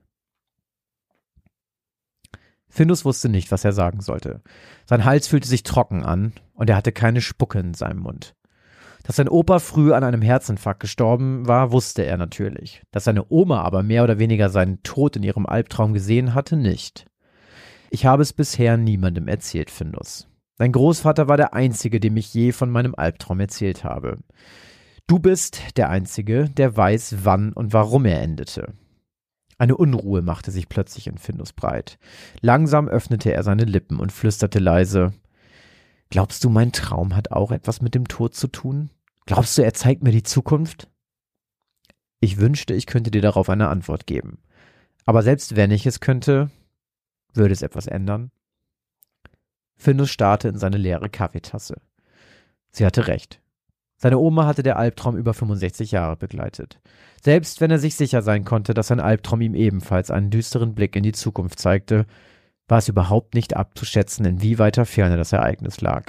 Findus wusste nicht, was er sagen sollte. Sein Hals fühlte sich trocken an und er hatte keine Spucke in seinem Mund. Dass sein Opa früh an einem Herzinfarkt gestorben war, wusste er natürlich. Dass seine Oma aber mehr oder weniger seinen Tod in ihrem Albtraum gesehen hatte, nicht. Ich habe es bisher niemandem erzählt, Findus. Dein Großvater war der Einzige, dem ich je von meinem Albtraum erzählt habe. Du bist der Einzige, der weiß, wann und warum er endete. Eine Unruhe machte sich plötzlich in Findus breit. Langsam öffnete er seine Lippen und flüsterte leise: »Glaubst du, mein Traum hat auch etwas mit dem Tod zu tun? Glaubst du, er zeigt mir die Zukunft?« Ich wünschte, ich könnte dir darauf eine Antwort geben. Aber selbst wenn ich es könnte, würde es etwas ändern? Findus starrte in seine leere Kaffeetasse. Sie hatte recht. Seine Oma hatte der Albtraum über fünfundsechzig Jahre begleitet. Selbst wenn er sich sicher sein konnte, dass sein Albtraum ihm ebenfalls einen düsteren Blick in die Zukunft zeigte, war es überhaupt nicht abzuschätzen, in wie weiter Ferne das Ereignis lag.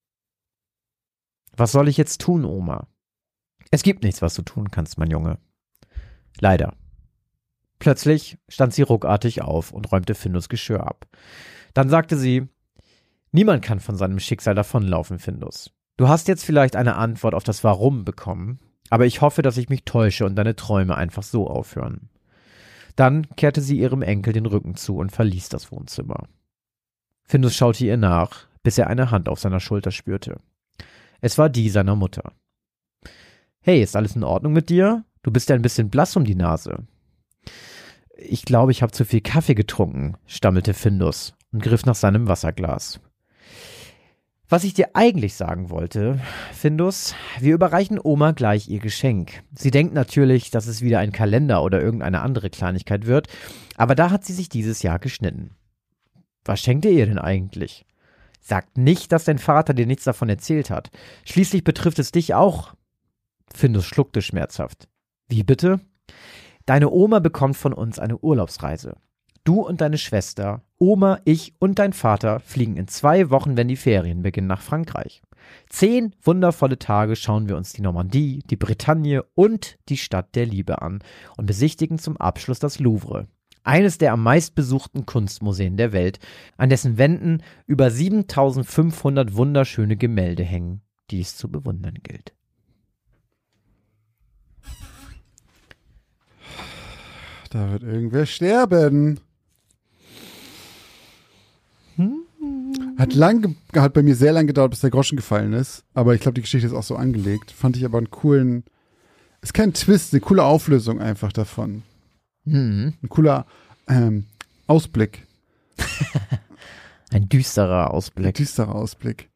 Was soll ich jetzt tun, Oma? Es gibt nichts, was du tun kannst, mein Junge. Leider. Plötzlich stand sie ruckartig auf und räumte Findus Geschirr ab. Dann sagte sie: Niemand kann von seinem Schicksal davonlaufen, Findus. Du hast jetzt vielleicht eine Antwort auf das Warum bekommen, aber ich hoffe, dass ich mich täusche und deine Träume einfach so aufhören. Dann kehrte sie ihrem Enkel den Rücken zu und verließ das Wohnzimmer. Findus schaute ihr nach, bis er eine Hand auf seiner Schulter spürte. Es war die seiner Mutter. »Hey, ist alles in Ordnung mit dir?« Du bist ja ein bisschen blass um die Nase. Ich glaube, ich habe zu viel Kaffee getrunken, stammelte Findus und griff nach seinem Wasserglas. Was ich dir eigentlich sagen wollte, Findus, wir überreichen Oma gleich ihr Geschenk. Sie denkt natürlich, dass es wieder ein Kalender oder irgendeine andere Kleinigkeit wird, aber da hat sie sich dieses Jahr geschnitten. Was schenkt ihr ihr denn eigentlich? Sagt nicht, dass dein Vater dir nichts davon erzählt hat. Schließlich betrifft es dich auch. Findus schluckte schmerzhaft. Wie bitte? Deine Oma bekommt von uns eine Urlaubsreise. Du und deine Schwester, Oma, ich und dein Vater fliegen in zwei Wochen, wenn die Ferien beginnen, nach Frankreich. Zehn wundervolle Tage schauen wir uns die Normandie, die Bretagne und die Stadt der Liebe an und besichtigen zum Abschluss das Louvre. Eines der am meistbesuchten Kunstmuseen der Welt, an dessen Wänden über siebentausendfünfhundert wunderschöne Gemälde hängen, die es zu bewundern gilt. Da wird irgendwer sterben. Hat lang, hat bei mir sehr lang gedauert, bis der Groschen gefallen ist. Aber ich glaube, die Geschichte ist auch so angelegt. Fand ich aber einen coolen, ist kein Twist, eine coole Auflösung einfach davon. Hm. Ein cooler ähm, Ausblick. Ein düsterer Ein Ausblick. düsterer Ausblick.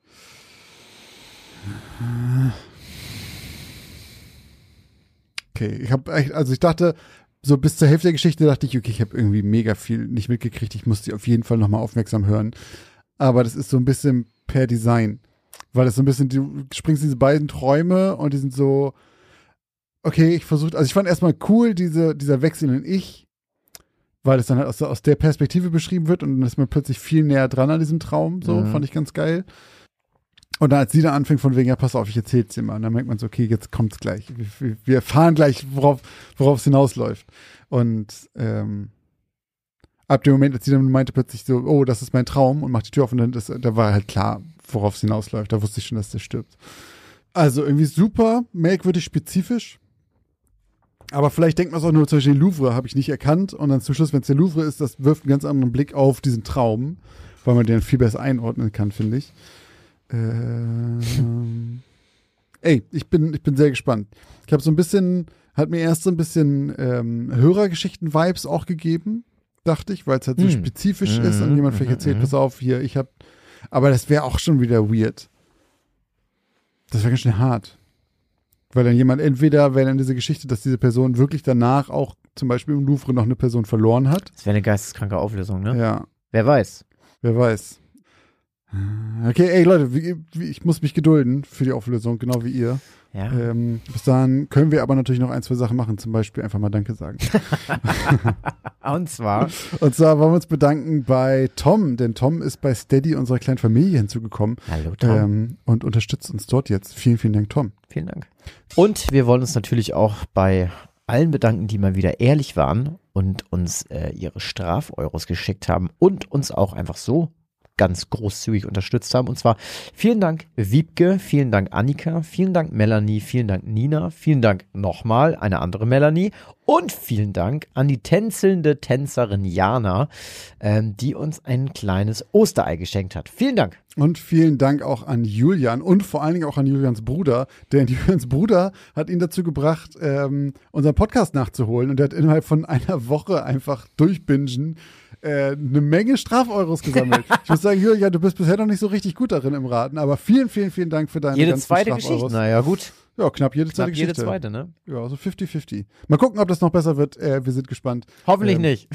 Okay, ich habe echt, also ich dachte, so bis zur Hälfte der Geschichte dachte ich, okay, ich habe irgendwie mega viel nicht mitgekriegt. Ich muss die auf jeden Fall nochmal aufmerksam hören. Aber das ist so ein bisschen per Design. Weil es so ein bisschen, du springst diese beiden Träume und die sind so, okay, ich versuche, also ich fand erstmal cool, diese, dieser Wechsel in Ich, weil es dann halt aus, aus der Perspektive beschrieben wird und dann ist man plötzlich viel näher dran an diesem Traum. So, Mhm. fand ich ganz geil. Und dann, als sie dann anfängt von wegen, ja, pass auf, ich erzähl's dir mal. Und dann merkt man so, okay, jetzt kommt's gleich. Wir, wir erfahren gleich, worauf worauf es hinausläuft. Und ähm, ab dem Moment, als sie dann meinte plötzlich so, oh, das ist mein Traum und macht die Tür auf und dann, das, da war halt klar, worauf es hinausläuft. Da wusste ich schon, dass der stirbt. Also irgendwie super, merkwürdig spezifisch. Aber vielleicht denkt man es auch nur, zum Beispiel Louvre habe ich nicht erkannt. Und dann zum Schluss, wenn es der Louvre ist, das wirft einen ganz anderen Blick auf diesen Traum, weil man den viel besser einordnen kann, finde ich. Ähm, ey, ich bin, ich bin sehr gespannt. Ich habe so ein bisschen, hat mir erst so ein bisschen ähm, Hörergeschichten-Vibes auch gegeben, dachte ich, weil es halt so Hm. spezifisch Mhm, ist und jemand vielleicht mhm, erzählt, mhm. pass auf, hier, ich hab, aber das wäre auch schon wieder weird. Das wäre ganz schön hart. Weil dann jemand, entweder wäre dann diese Geschichte, dass diese Person wirklich danach auch zum Beispiel im Louvre noch eine Person verloren hat. Das wäre eine geisteskranke Auflösung, ne? Ja, Wer weiß. wer weiß. Okay, ey Leute, wie, wie, ich muss mich gedulden für die Auflösung, genau wie ihr. Ja. Ähm, bis dahin können wir aber natürlich noch ein, zwei Sachen machen, zum Beispiel einfach mal Danke sagen. Und zwar, Und zwar wollen wir uns bedanken bei Tom, denn Tom ist bei Steady unserer kleinen Familie hinzugekommen hallo Tom, ähm, und unterstützt uns dort jetzt. Vielen, vielen Dank, Tom. vielen Dank. Und wir wollen uns natürlich auch bei allen bedanken, die mal wieder ehrlich waren und uns äh, ihre Strafeuros geschickt haben und uns auch einfach so ganz großzügig unterstützt haben. Und zwar vielen Dank Wiebke, vielen Dank Annika, vielen Dank Melanie, vielen Dank Nina, vielen Dank nochmal eine andere Melanie und vielen Dank an die tänzelnde Tänzerin Jana, ähm, die uns ein kleines Osterei geschenkt hat. Vielen Dank. Und vielen Dank auch an Julian und vor allen Dingen auch an Julians Bruder, denn Julians Bruder hat ihn dazu gebracht, ähm, unseren Podcast nachzuholen und er hat innerhalb von einer Woche einfach durchbingen äh, eine Menge Strafeuros gesammelt. Ich muss sagen, Julian, du bist bisher noch nicht so richtig gut darin im Raten, aber vielen, vielen, vielen Dank für deine Jede ganzen zweite Strafeuros. Geschichte, naja gut, Ja, knapp jede zweite knapp jede Geschichte. zweite, ne? Ja, so fifty fifty. Mal gucken, ob das noch besser wird. Äh, wir sind gespannt. Hoffentlich Ähm, nicht.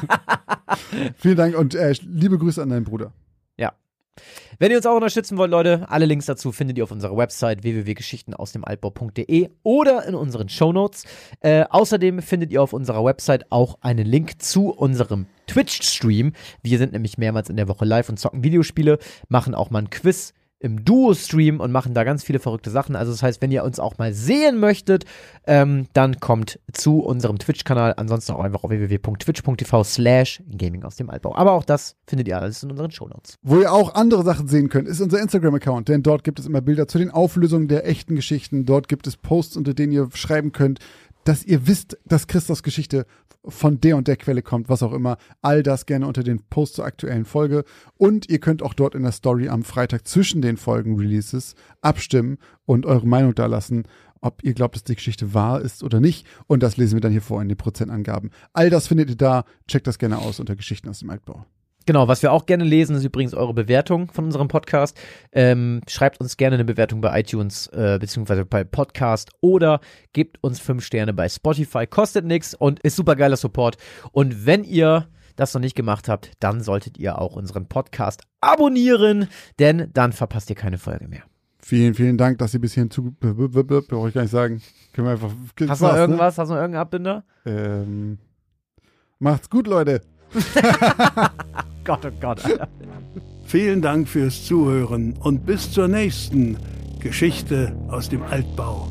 Vielen Dank und äh, liebe Grüße an deinen Bruder. Wenn ihr uns auch unterstützen wollt, Leute, alle Links dazu findet ihr auf unserer Website w w w punkt geschichten aus dem altbau punkt d e oder in unseren Shownotes. Äh, außerdem findet ihr auf unserer Website auch einen Link zu unserem Twitch-Stream. Wir sind nämlich mehrmals in der Woche live und zocken Videospiele, machen auch mal ein Quiz im Duo-Stream und machen da ganz viele verrückte Sachen. Also das heißt, wenn ihr uns auch mal sehen möchtet, ähm, dann kommt zu unserem Twitch-Kanal. Ansonsten auch einfach auf w w w punkt twitch punkt t v slash gaming aus dem Altbau. Aber auch das findet ihr alles in unseren Shownotes. Wo ihr auch andere Sachen sehen könnt, ist unser Instagram-Account, denn dort gibt es immer Bilder zu den Auflösungen der echten Geschichten. Dort gibt es Posts, unter denen ihr schreiben könnt, dass ihr wisst, dass Christos Geschichte von der und der Quelle kommt, was auch immer. All das gerne unter den Posts zur aktuellen Folge. Und ihr könnt auch dort in der Story am Freitag zwischen den Folgen-Releases abstimmen und eure Meinung da lassen. ob ihr glaubt, dass die Geschichte wahr ist oder nicht. Und das lesen wir dann hier vor in den Prozentangaben. All das findet ihr da. Checkt das gerne aus unter Geschichten aus dem Altbau. Genau, was wir auch gerne lesen, ist übrigens eure Bewertung von unserem Podcast. Ähm, schreibt uns gerne eine Bewertung bei iTunes äh, beziehungsweise bei Podcast oder gebt uns fünf Sterne bei Spotify. Kostet nichts und ist super geiler Support. Und wenn ihr das noch nicht gemacht habt, dann solltet ihr auch unseren Podcast abonnieren, denn dann verpasst ihr keine Folge mehr. Vielen, vielen Dank, dass ihr bis hierhin zu... Brauche ich gar nicht sagen. Können wir einfach... Hast du noch irgendwas? Ne? Hast du noch irgendeinen Abbinder? Ähm, macht's gut, Leute. Gott, oh Gott, Alter. Vielen Dank fürs Zuhören und bis zur nächsten Geschichte aus dem Altbau.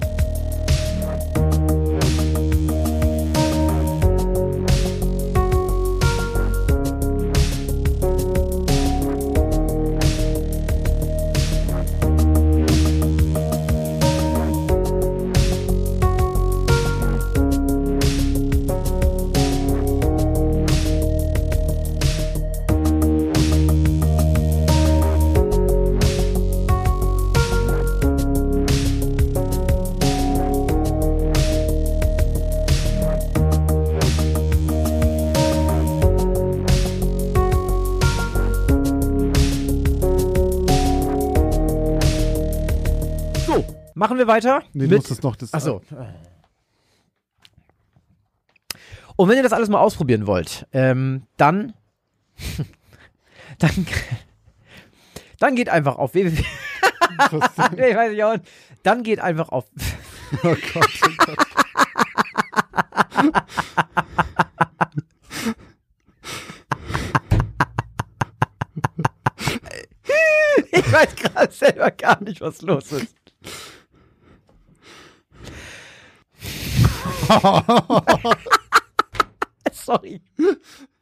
Machen wir weiter? Nee, du musst das noch... Das Achso. Und wenn ihr das alles mal ausprobieren wollt, ähm, dann, dann, dann geht einfach auf www. nee, weiß ich auch nicht. Dann geht einfach auf. Oh Gott, oh Gott. Ich weiß gerade selber gar nicht, was los ist. Sorry.